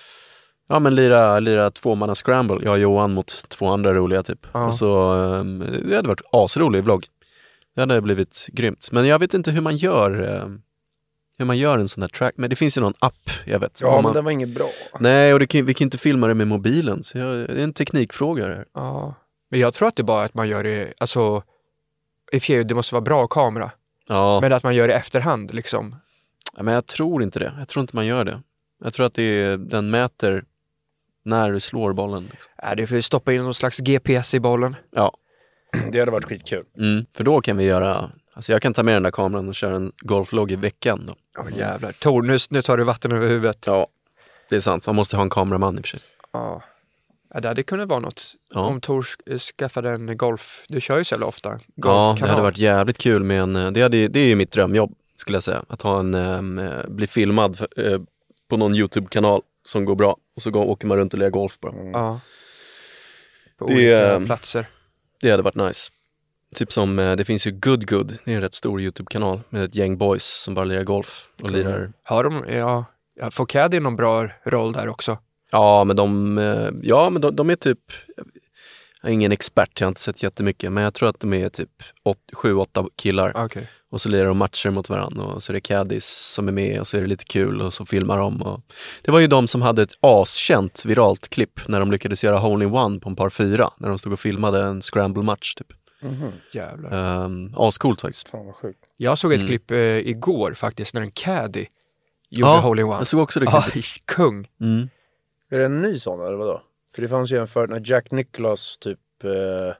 ja men lira, lira tvåmanna scramble, jag och Johan mot två andra roliga typ. Ja. Och så, eh, det hade varit asrolig vlogg. Det hade blivit grymt. Men jag vet inte hur man gör, eh, hur man gör en sån här track. Men det finns ju någon app, jag vet. Ja, Om men man... det var inget bra. Nej, och det kan, vi kan inte filma det med mobilen. Så jag, det är en teknikfråga det här. Ja. Men jag tror att det är bara att man gör det, alltså, i och för sig, det måste vara bra kamera. Ja, men... Men att man gör det i efterhand liksom. Ja, men jag tror inte det. Jag tror inte man gör det. Jag tror att det är, den mäter när du slår bollen. Liksom. Är det för att stoppa in någon slags G P S i bollen? Ja. Det hade varit skitkul. Mm, för då kan vi göra, alltså jag kan ta med den där kameran och köra en golflogg i veckan då. Åh oh, jävlar. Tor, nu, nu tar du vatten över huvudet. Ja, det är sant. Man måste ha en kameraman i och för sig. Ja. Ja, det hade kunnat vara något. Ja. Om Tor skaffade en golf. Du kör ju så jävla ofta. Ja, Golfkanal. det hade varit jävligt kul med en, det, hade, det är ju mitt drömjobb skulle jag säga. Att ha en, äh, bli filmad för, äh, på någon YouTube-kanal som går bra. Och så går, åker man runt och lirar golf bara. Mm. Ja. På Det, olika ähm, platser. Det hade varit nice. Typ som, det finns ju Good Good, det är en rätt stor YouTube-kanal med ett gäng boys som bara lirar golf och lirar. Mm. Har de, ja, får Caddy någon bra roll där också? Ja, men de, ja, men de, de är typ, jag är ingen expert, jag har inte sett jättemycket, men jag tror att de är typ sju åtta killar. Okay. Och så lirar de matcher mot varandra och så är det caddies som är med och så är det lite kul och så filmar de. Och det var ju de som hade ett askänt viralt klipp när de lyckades göra hole-in-one på en par fyra, när de stod och filmade en scramble-match typ. Mm-hmm. Jävlar. Um, ascoolt faktiskt. Fan vad sjukt. Jag såg ett Mm. klipp eh, igår faktiskt när en caddy gjorde Ja, hole-in-one. jag såg också det Ja, klippet. kung. Mm. Är det en ny sån eller vadå? För det fanns ju en för när Jack Nicklaus typ eh,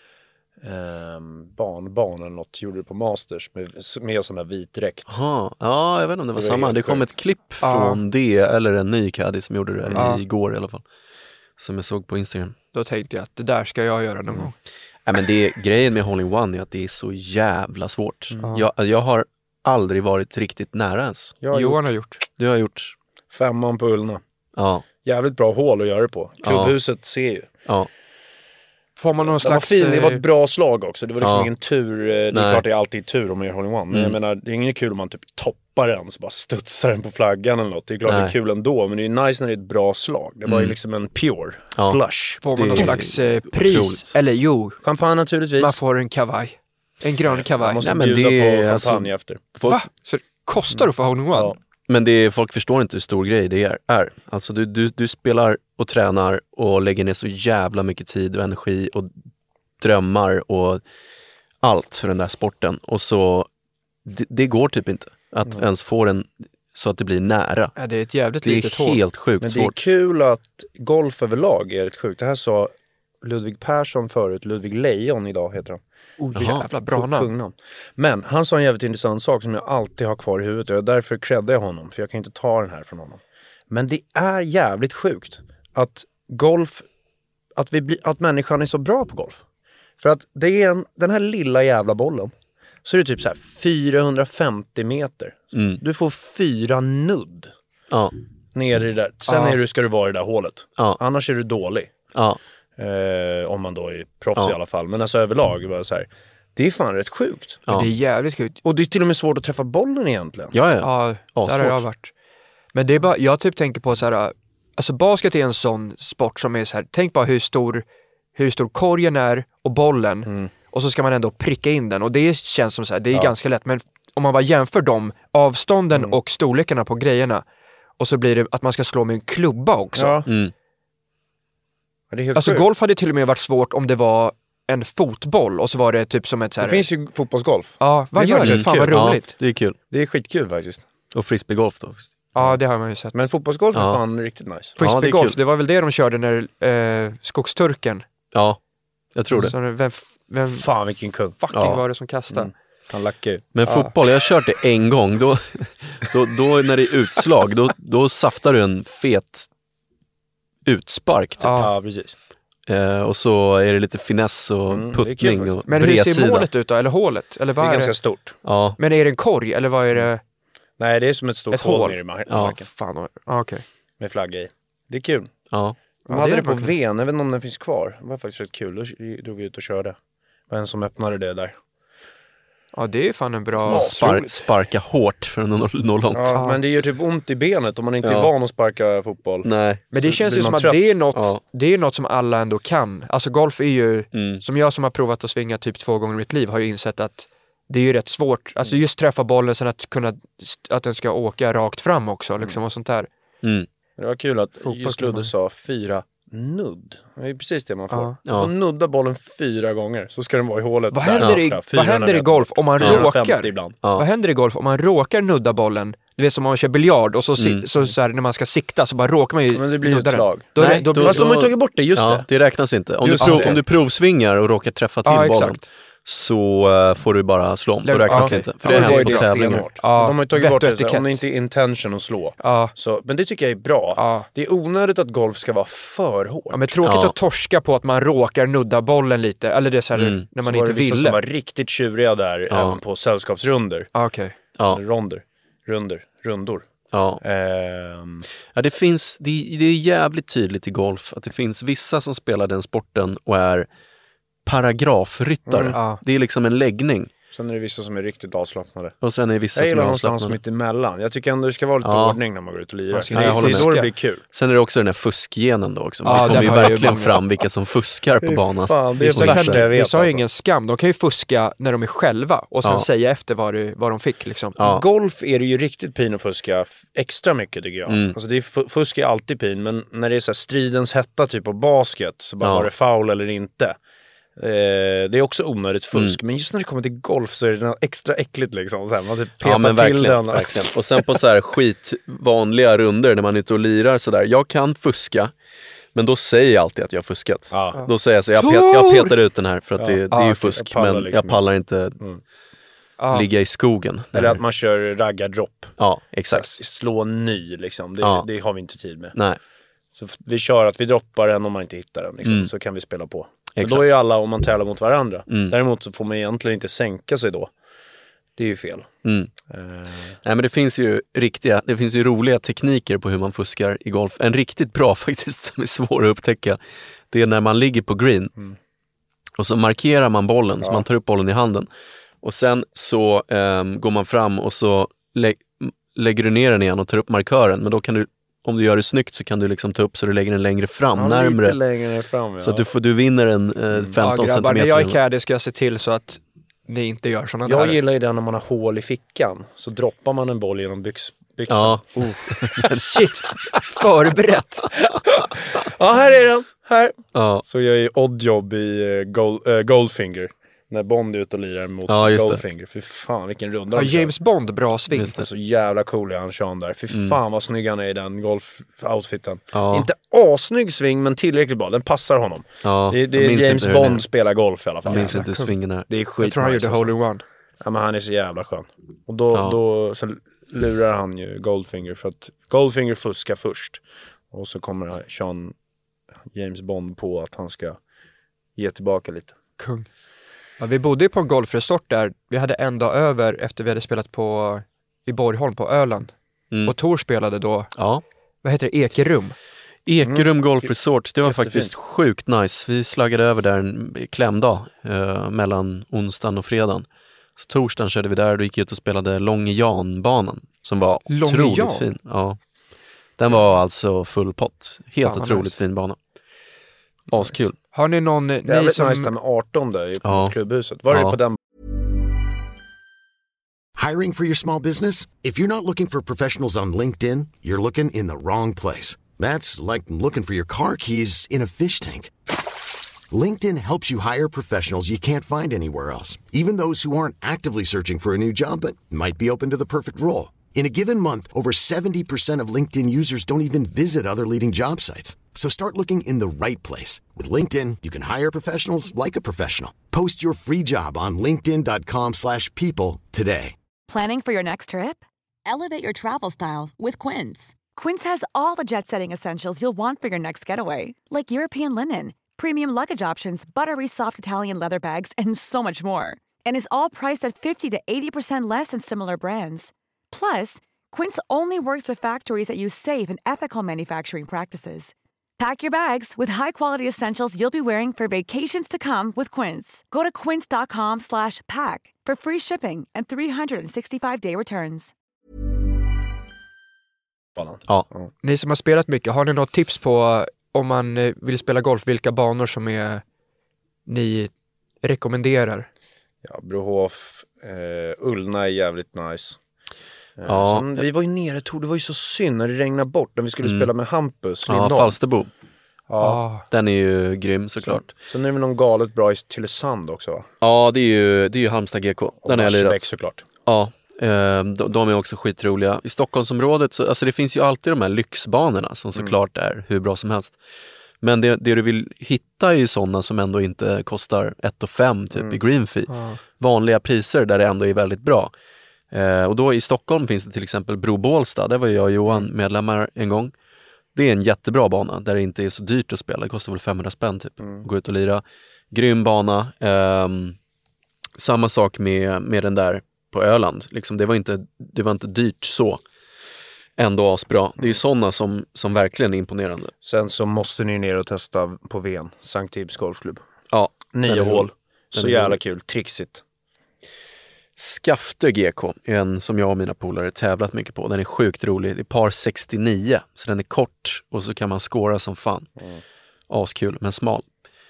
eh, barnbarn eller något gjorde det på Masters med, med sån där vit dräkt. Aha. Ja, jag vet inte om det var Det var samma. helt Det kom sjukt. ett klipp Ja. från det, eller en ny caddy som gjorde det Ja. igår i alla fall. Som jag såg på Instagram. Då tänkte jag att det där ska jag göra någon gång. Nej, men det, grejen med hole-in-one är att det är så jävla svårt. Mm. Jag, jag har aldrig varit riktigt nära ens. Jag har Johan gjort har gjort. Du har gjort, femman på Ullna. ja, Jävligt bra hål att göra det på. Klubbhuset ser ju. ja. Får man någon Det var slags... fin, det var eh, ett bra slag också. Det var liksom Ja. ingen tur. eh, Det är Nej. klart det är alltid tur om man gör hole-in-one. Men jag Mm. menar, det är inget kul om man typ toppar den så bara studsar den på flaggan eller något. Det är klart det är Nej. kul ändå. Men det är nice när det är ett bra slag. Det var ju Mm. liksom en pure Ja. flush. Får man det någon är slags eh, pris? otroligt. Eller jo, Champagne naturligtvis. man får en kavaj. En grön kavaj. Man måste Nej, men bjuda det är på alltså- champagne efter. Folk, Va? Så det kostar att få hole-in-one? Ja. Men det är, folk förstår inte hur stor grej det är. är. Alltså du, du, du spelar och tränar och lägger ner så jävla mycket tid och energi och drömmar och allt för den där sporten. Och så, det, det går typ inte att Mm. ens få den så att det blir nära. Ja, det är ett jävligt Det litet är hål. helt sjukt Men det är svårt. kul att golf överlag är rätt sjukt. Det här sa Ludvig Persson förut. Ludvig Lejon idag heter han. Oh, Jaha. jävla bra namn. Kungnamn. Men han sa en jävligt intressant sak som jag alltid har kvar i huvudet och därför creddar jag honom, för jag kan inte ta den här från honom. Men det är jävligt sjukt att golf, att, vi blir, att människan är så bra på golf. För att det är en, den här lilla jävla bollen, så är det typ så här fyrahundrafemtio meter. Mm. Du får fyra nudd Ja, ner i det där. Sen Ja. är du, ska du vara i det där hålet. ja, Annars är du dålig. ja. Eh, om man då är proffs Ja. i alla fall. Men alltså överlag, bara så här, det är fan rätt sjukt. Men Ja. det är jävligt sjukt. Och det är till och med svårt att träffa bollen egentligen. Ja, ja. Ja, där har Assvårt. jag varit. Men det är bara, jag typ tänker på så här, alltså basket är en sån sport som är så här, tänk bara hur stor, hur stor korgen är och bollen. Mm. Och så ska man ändå pricka in den. Och det känns som så här, det är Ja. ganska lätt. Men om man bara jämför dem, avstånden Mm. och storlekarna på grejerna. Och så blir det att man ska slå med en klubba också. Ja, Mm. det är helt Alltså sjukt. golf hade till och med varit svårt om det var en fotboll och så var det typ som ett så här. Det finns ju fotbollsgolf. Ja, vad det är gör faktiskt det? Fan vad kul. Ja, roligt. det är kul. Det är skitkul faktiskt. Och frisbeegolf då. Ja, det har man ju sett. Men fotbollsgolf är Ja. fan riktigt nice. Ja, det är Frisbeegolf, kul. det var väl det de körde när eh, Skogsturken. Ja, jag tror det. Så vem vem Fan vilken kung. fucking Ja. var det som kastade? Mm. Han lackar ju. Men Ja. fotboll, jag har kört det en gång. Då, då, då när det är utslag, då, då saftar du en fet utspark typ. Ja. Ja, precis. Eh, och så är det lite finess och Mm, det är kul puttning faktiskt. och Men hur ser bredsida. målet ut då? Eller hålet? Eller Det vad är är ganska det? stort. Ja, Men är det en korg? Eller vad är det? Nej, det är som ett stort Ett hål hål. nere i ma- Ja. marken. Fan, ja, ah, okej. Med flagga i. Det är kul. ja. De Ja, hade det det, är på verkligen. Ven, jag vet inte om den finns kvar. Det var faktiskt rätt kul. Då drog vi ut och körde. Det var en som öppnade det där. Ja, det är ju fan en bra... Ja. Spar, sparka hårt för att nå, nå långt. Ja, Ja. men det gör typ ont i benet om man inte är Ja. van att sparka fotboll. Nej. Men det Så känns blir ju som man att trött. det är, något, Ja. det är något som alla ändå kan. Alltså golf är ju, Mm. som jag som har provat att svinga typ två gånger i mitt liv har ju insett att det är ju rätt svårt. Alltså just träffa bollen sen att kunna, att den ska åka rakt fram också liksom och sånt där. Mm. Det var kul att Fotboll just kan Ludde man- sa fyra nudd. Det är precis det man får. Ja. Man får nudda bollen fyra gånger, så ska den vara i hålet. Vad händer, i, ja, vad händer i golf om man råkar? Ibland. Ja. Vad händer i golf om man råkar nudda bollen? Du vet som om man kör biljard och så, mm. så, så här, när man ska sikta så bara råkar man ju. Men det blir ett slag. Då, Nej, då, då, då, fast de har ju tagit bort det, just ja, det. Det räknas inte. Om, du, Just prov, det. om du provsvingar och råkar träffa till ja, bollen exakt. så uh, får du bara slå om. Då räknas ja, det inte. För Ja, det det var ju händer på det tävlingar. stenhårt. Ja, de har ju tagit vett bort och det, så etikett. om det inte är intention att slå. Ja. Så, men det tycker jag är bra. Ja. Det är onödigt att golf ska vara för hårt. Ja, men tråkigt Ja. att torska på att man råkar nudda bollen lite. Eller det är så här, Mm. när man så var inte det vissa ville. som var riktigt tjuriga där, Ja. även på sällskapsrunder. Ah, okej. Ja, Ronder. Runder. Rundor. ja. Ehm, Ja, det finns, det, det är jävligt tydligt i golf att det finns vissa som spelar den sporten och är paragrafryttare. Mm. Ja. Det är liksom en läggning. sen är det vissa som är riktigt avslappnade. Och sen är det vissa Jag som gillar är någonstans avslappnade. mitt emellan. Jag tycker ändå det ska vara lite Ja. ordning när man går ut och lirar. Ja, ska det jag är håller det är med. då det blir kul. Sen är det också den här fuskgenen då också. Ja, Det kommer den ju har ju verkligen många. fram vilka som fuskar på banan. Fan, det är Vissa det kan, värsta jag vet. vissa har ju alltså. ingen skam. De kan ju fuska när de är själva och sen Ja. säga efter vad, det, vad de fick liksom. Ja. Golf är det ju riktigt pin att fuska f- extra mycket tycker jag. Mm. Alltså det är f- fusk är alltid pin, men när det är så här stridens hetta typ på basket så bara Ja. var det foul eller inte. Eh, det är också onödigt fusk, Mm. men just när det kommer till golf så är det extra äckligt liksom. Så här, man typ petar Ja, men till verkligen, den. verkligen. Och sen på så här skitvanliga runder när man är ute och lirar sådär. Jag kan fuska, men då säger jag alltid att jag har fuskat. Ja. Då säger jag så, jag, pet, jag petar ut den här för att Ja. det, det är Ja, ju okej, fusk, jag pallar men liksom jag pallar inte Ja. ligga i skogen. Eller att man kör raggardropp. Ja, exakt. Slå ny liksom. Det, Ja. det har vi inte tid med. Nej, Så f- vi kör att vi droppar den om man inte hittar den liksom, Mm. så kan vi spela på. Men exakt. då är ju alla om man tävlar mot varandra. Mm. Däremot så får man egentligen inte sänka sig då. Det är ju fel. Mm. Eh, Nej, men det finns ju riktiga, det finns ju roliga tekniker på hur man fuskar i golf. En riktigt bra faktiskt som är svår att upptäcka, det är när man ligger på green Mm. och så markerar man bollen, så Ja. man tar upp bollen i handen och sen så ehm, går man fram och så lä- lägger du ner den igen och tar upp markören, men då kan du, om du gör det snyggt så kan du liksom ta upp så du lägger den längre fram, ja, närmre, lite längre fram. Ja. så att du, får, du vinner en eh, femton Ja, grabbar, när centimeter. jag är caddy ska jag se till så att ni inte gör sådana Jag där. gillar ju det när man har hål i fickan. Så droppar man en boll genom byx, byxan. Ja, Shit, förberett. Ja, här är den! Här! ja, Så jag är ju oddjobb i uh, gold, uh, Goldfinger. När Bond är ute och lirar mot Ja, just det. Goldfinger. Fy fan vilken runda Har de kör. James Bond bra sving? Just Det är så jävla cool är han Sean där. Fy Mm. fan vad snygg han är i den golf-outfiten. ja, Inte asnygg sving, men tillräckligt bra. Den passar honom. ja. Det, det Jag är minns James inte hur den är. Bond spelar golf i alla fall. Jag minns Jävla inte hur kung. svingen är. Det är skit. Jag tror han gjorde hole-in-one. Ja, men han är så jävla skön. Och då, Ja. då så lurar han ju Goldfinger för att Goldfinger fuskar först. Och så kommer Sean James Bond på att han ska ge tillbaka lite. Kung. Ja, vi bodde ju på en golfresort där. Vi hade en dag över efter vi hade spelat på i Borgholm på Öland. Mm. Och Tor spelade då, Ja. vad heter det, Ekerum. Ekerum Golf Resort, det var Jättefint. faktiskt sjukt nice. Vi slaggade över där en klämdag eh, mellan onsdagen och fredagen. Så torsdagen körde vi där och gick ut och spelade Långe Jan-banan som var Långe otroligt Jan? fin. Ja. Den var alltså full pott. Helt Fan, vad otroligt nice. fin bana. Askul. Har ni någon, ni Jävligt som... nice där med arton där i Ja. klubbhuset. Var Ja. det på den? Hiring for your small business? If you're not looking for professionals on LinkedIn, you're looking in the wrong place. That's like looking for your car keys in a fish tank. LinkedIn helps you hire professionals you can't find anywhere else, even those who aren't actively searching for a new job but might be open to the perfect role. In a given month, over seventy percent of LinkedIn users don't even visit other leading job sites. So start looking in the right place. With LinkedIn, you can hire professionals like a professional. Post your free job on linkedin dot com slash people today. Planning for your next trip? Elevate your travel style with Quince. Quince has all the jet-setting essentials you'll want for your next getaway, like European linen, premium luggage options, buttery soft Italian leather bags, and so much more. And is all priced at fifty to eighty percent less than similar brands. Plus, Quince only works with factories that use safe and ethical manufacturing practices. Pack your bags with high-quality essentials you'll be wearing for vacations to come with Quince. Go to quince dot com slash pack for free shipping and three sixty-five day returns. Ja. Ni som har spelat mycket, har ni något tips på om man eh, vill spela golf, vilka banor som är ni rekommenderar? Ja, Brohof, eh, Ullna är jävligt nice. Eh, Ja. sen, vi var ju nere, Tor, det var ju så synd när det regnade bort när vi skulle Mm. spela med Hampus Ja, Lindholm. Falsterbo. Ja. Den är ju grym såklart. Så, så nu är det någon galet bra i Tylösand också, va? Ja, det är ju, det är ju Halmstad G K. Den har jag lirat. Såklart. Ja, eh, de, de är också skitroliga. I Stockholmsområdet, så, alltså det finns ju alltid de här lyxbanorna som såklart mm. är hur bra som helst. Men det, det du vill hitta är ju sådana som ändå inte kostar ett och fem typ mm. i green fee. Ja. Vanliga priser där det ändå är väldigt bra. Eh, och då i Stockholm finns det till exempel Bro Bålsta. Där var jag och Johan medlemmar en gång. Det är en jättebra bana där det inte är så dyrt att spela. Det kostar väl femhundra spänn typ. Mm. Gå ut och lira. Grym bana. Eh, samma sak med, med den där på Öland. Liksom, det, var inte, det var inte dyrt så. Ändå asbra. Det är ju sådana som, som verkligen är imponerande. Sen så måste ni ner och testa på Ven. Sankt Tibs golfklubb. Ja. Nio hål. Så jävla kul. Trixigt. Skafte G K är en som jag och mina polare tävlat mycket på. Den är sjukt rolig. Det är par sextionio. Så den är kort och så kan man skåra som fan. Mm. Askul, men smal.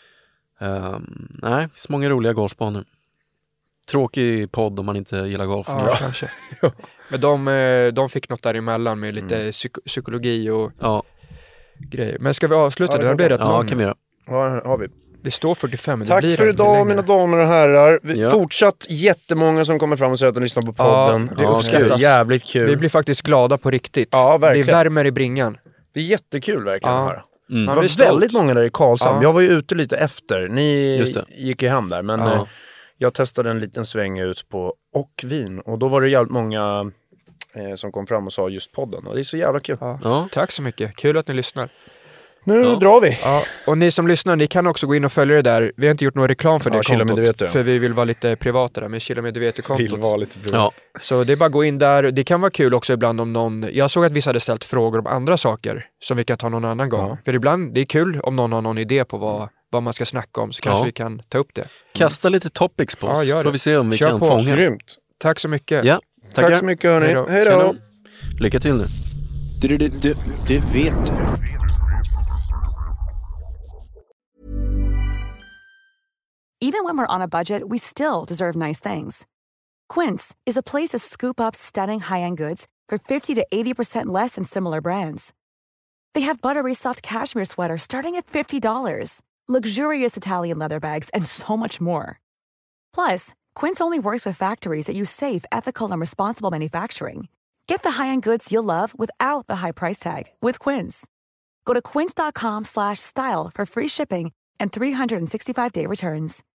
Um, nej, det finns många roliga golfbanor. Tråkig podd om man inte gillar golf. Ja, kanske. Men de, de fick något däremellan med lite mm. psyk- psykologi och ja. grejer. Men ska vi avsluta? Ja, det, det blir rätt ja, lång. Kan vi göra. Ja, har vi. Det står fyrtiofem. Men tack det blir för idag längre. Mina damer och herrar. Ja. Fortsatt jättemånga som kommer fram och säger att de lyssnar på podden. Ja, det ja, uppskattas. kul. Jävligt kul. Vi blir faktiskt glada på riktigt. Ja, verkligen. Det värmer i bringan. Det är jättekul verkligen ja. att höra. Mm. Det var väldigt många där i Karlshamn. Ja. Jag var ju ute lite efter. Ni gick ju hem där. Men ja. jag testade en liten sväng ut på och vin. Och då var det jävligt många eh, som kom fram och sa just podden. Och det är så jävla kul. Ja. Ja. Tack så mycket. Kul att ni lyssnar. Nu ja. drar vi. Ja, och ni som lyssnar, ni kan också gå in och följa det där. Vi har inte gjort någon reklam för det ja, kontot. För vi vill vara lite privata där med Chilla med du vet-kontot. Vill vara lite privat. Ja. Så det är bara att gå in där. Det kan vara kul också ibland om någon... Jag såg att vissa hade ställt frågor om andra saker som vi kan ta någon annan gång. Ja. För ibland, det är kul om någon har någon idé på vad, vad man ska snacka om. Så kanske ja. vi kan ta upp det. Mm. Kasta lite topics på oss. Ja, får vi se om vi Kör kan på. fånga. Grymt. Tack så mycket. Ja, tack så mycket hörni. Hej då. Hej då. Lycka till nu. Det, det, det, det vet du. Even when we're on a budget, we still deserve nice things. Quince is a place to scoop up stunning high-end goods for fifty to eighty percent less than similar brands. They have buttery soft cashmere sweaters starting at fifty dollars, luxurious Italian leather bags, and so much more. Plus, Quince only works with factories that use safe, ethical, and responsible manufacturing. Get the high-end goods you'll love without the high price tag with Quince. Go to quince dot com slash style for free shipping and three hundred sixty-five day returns.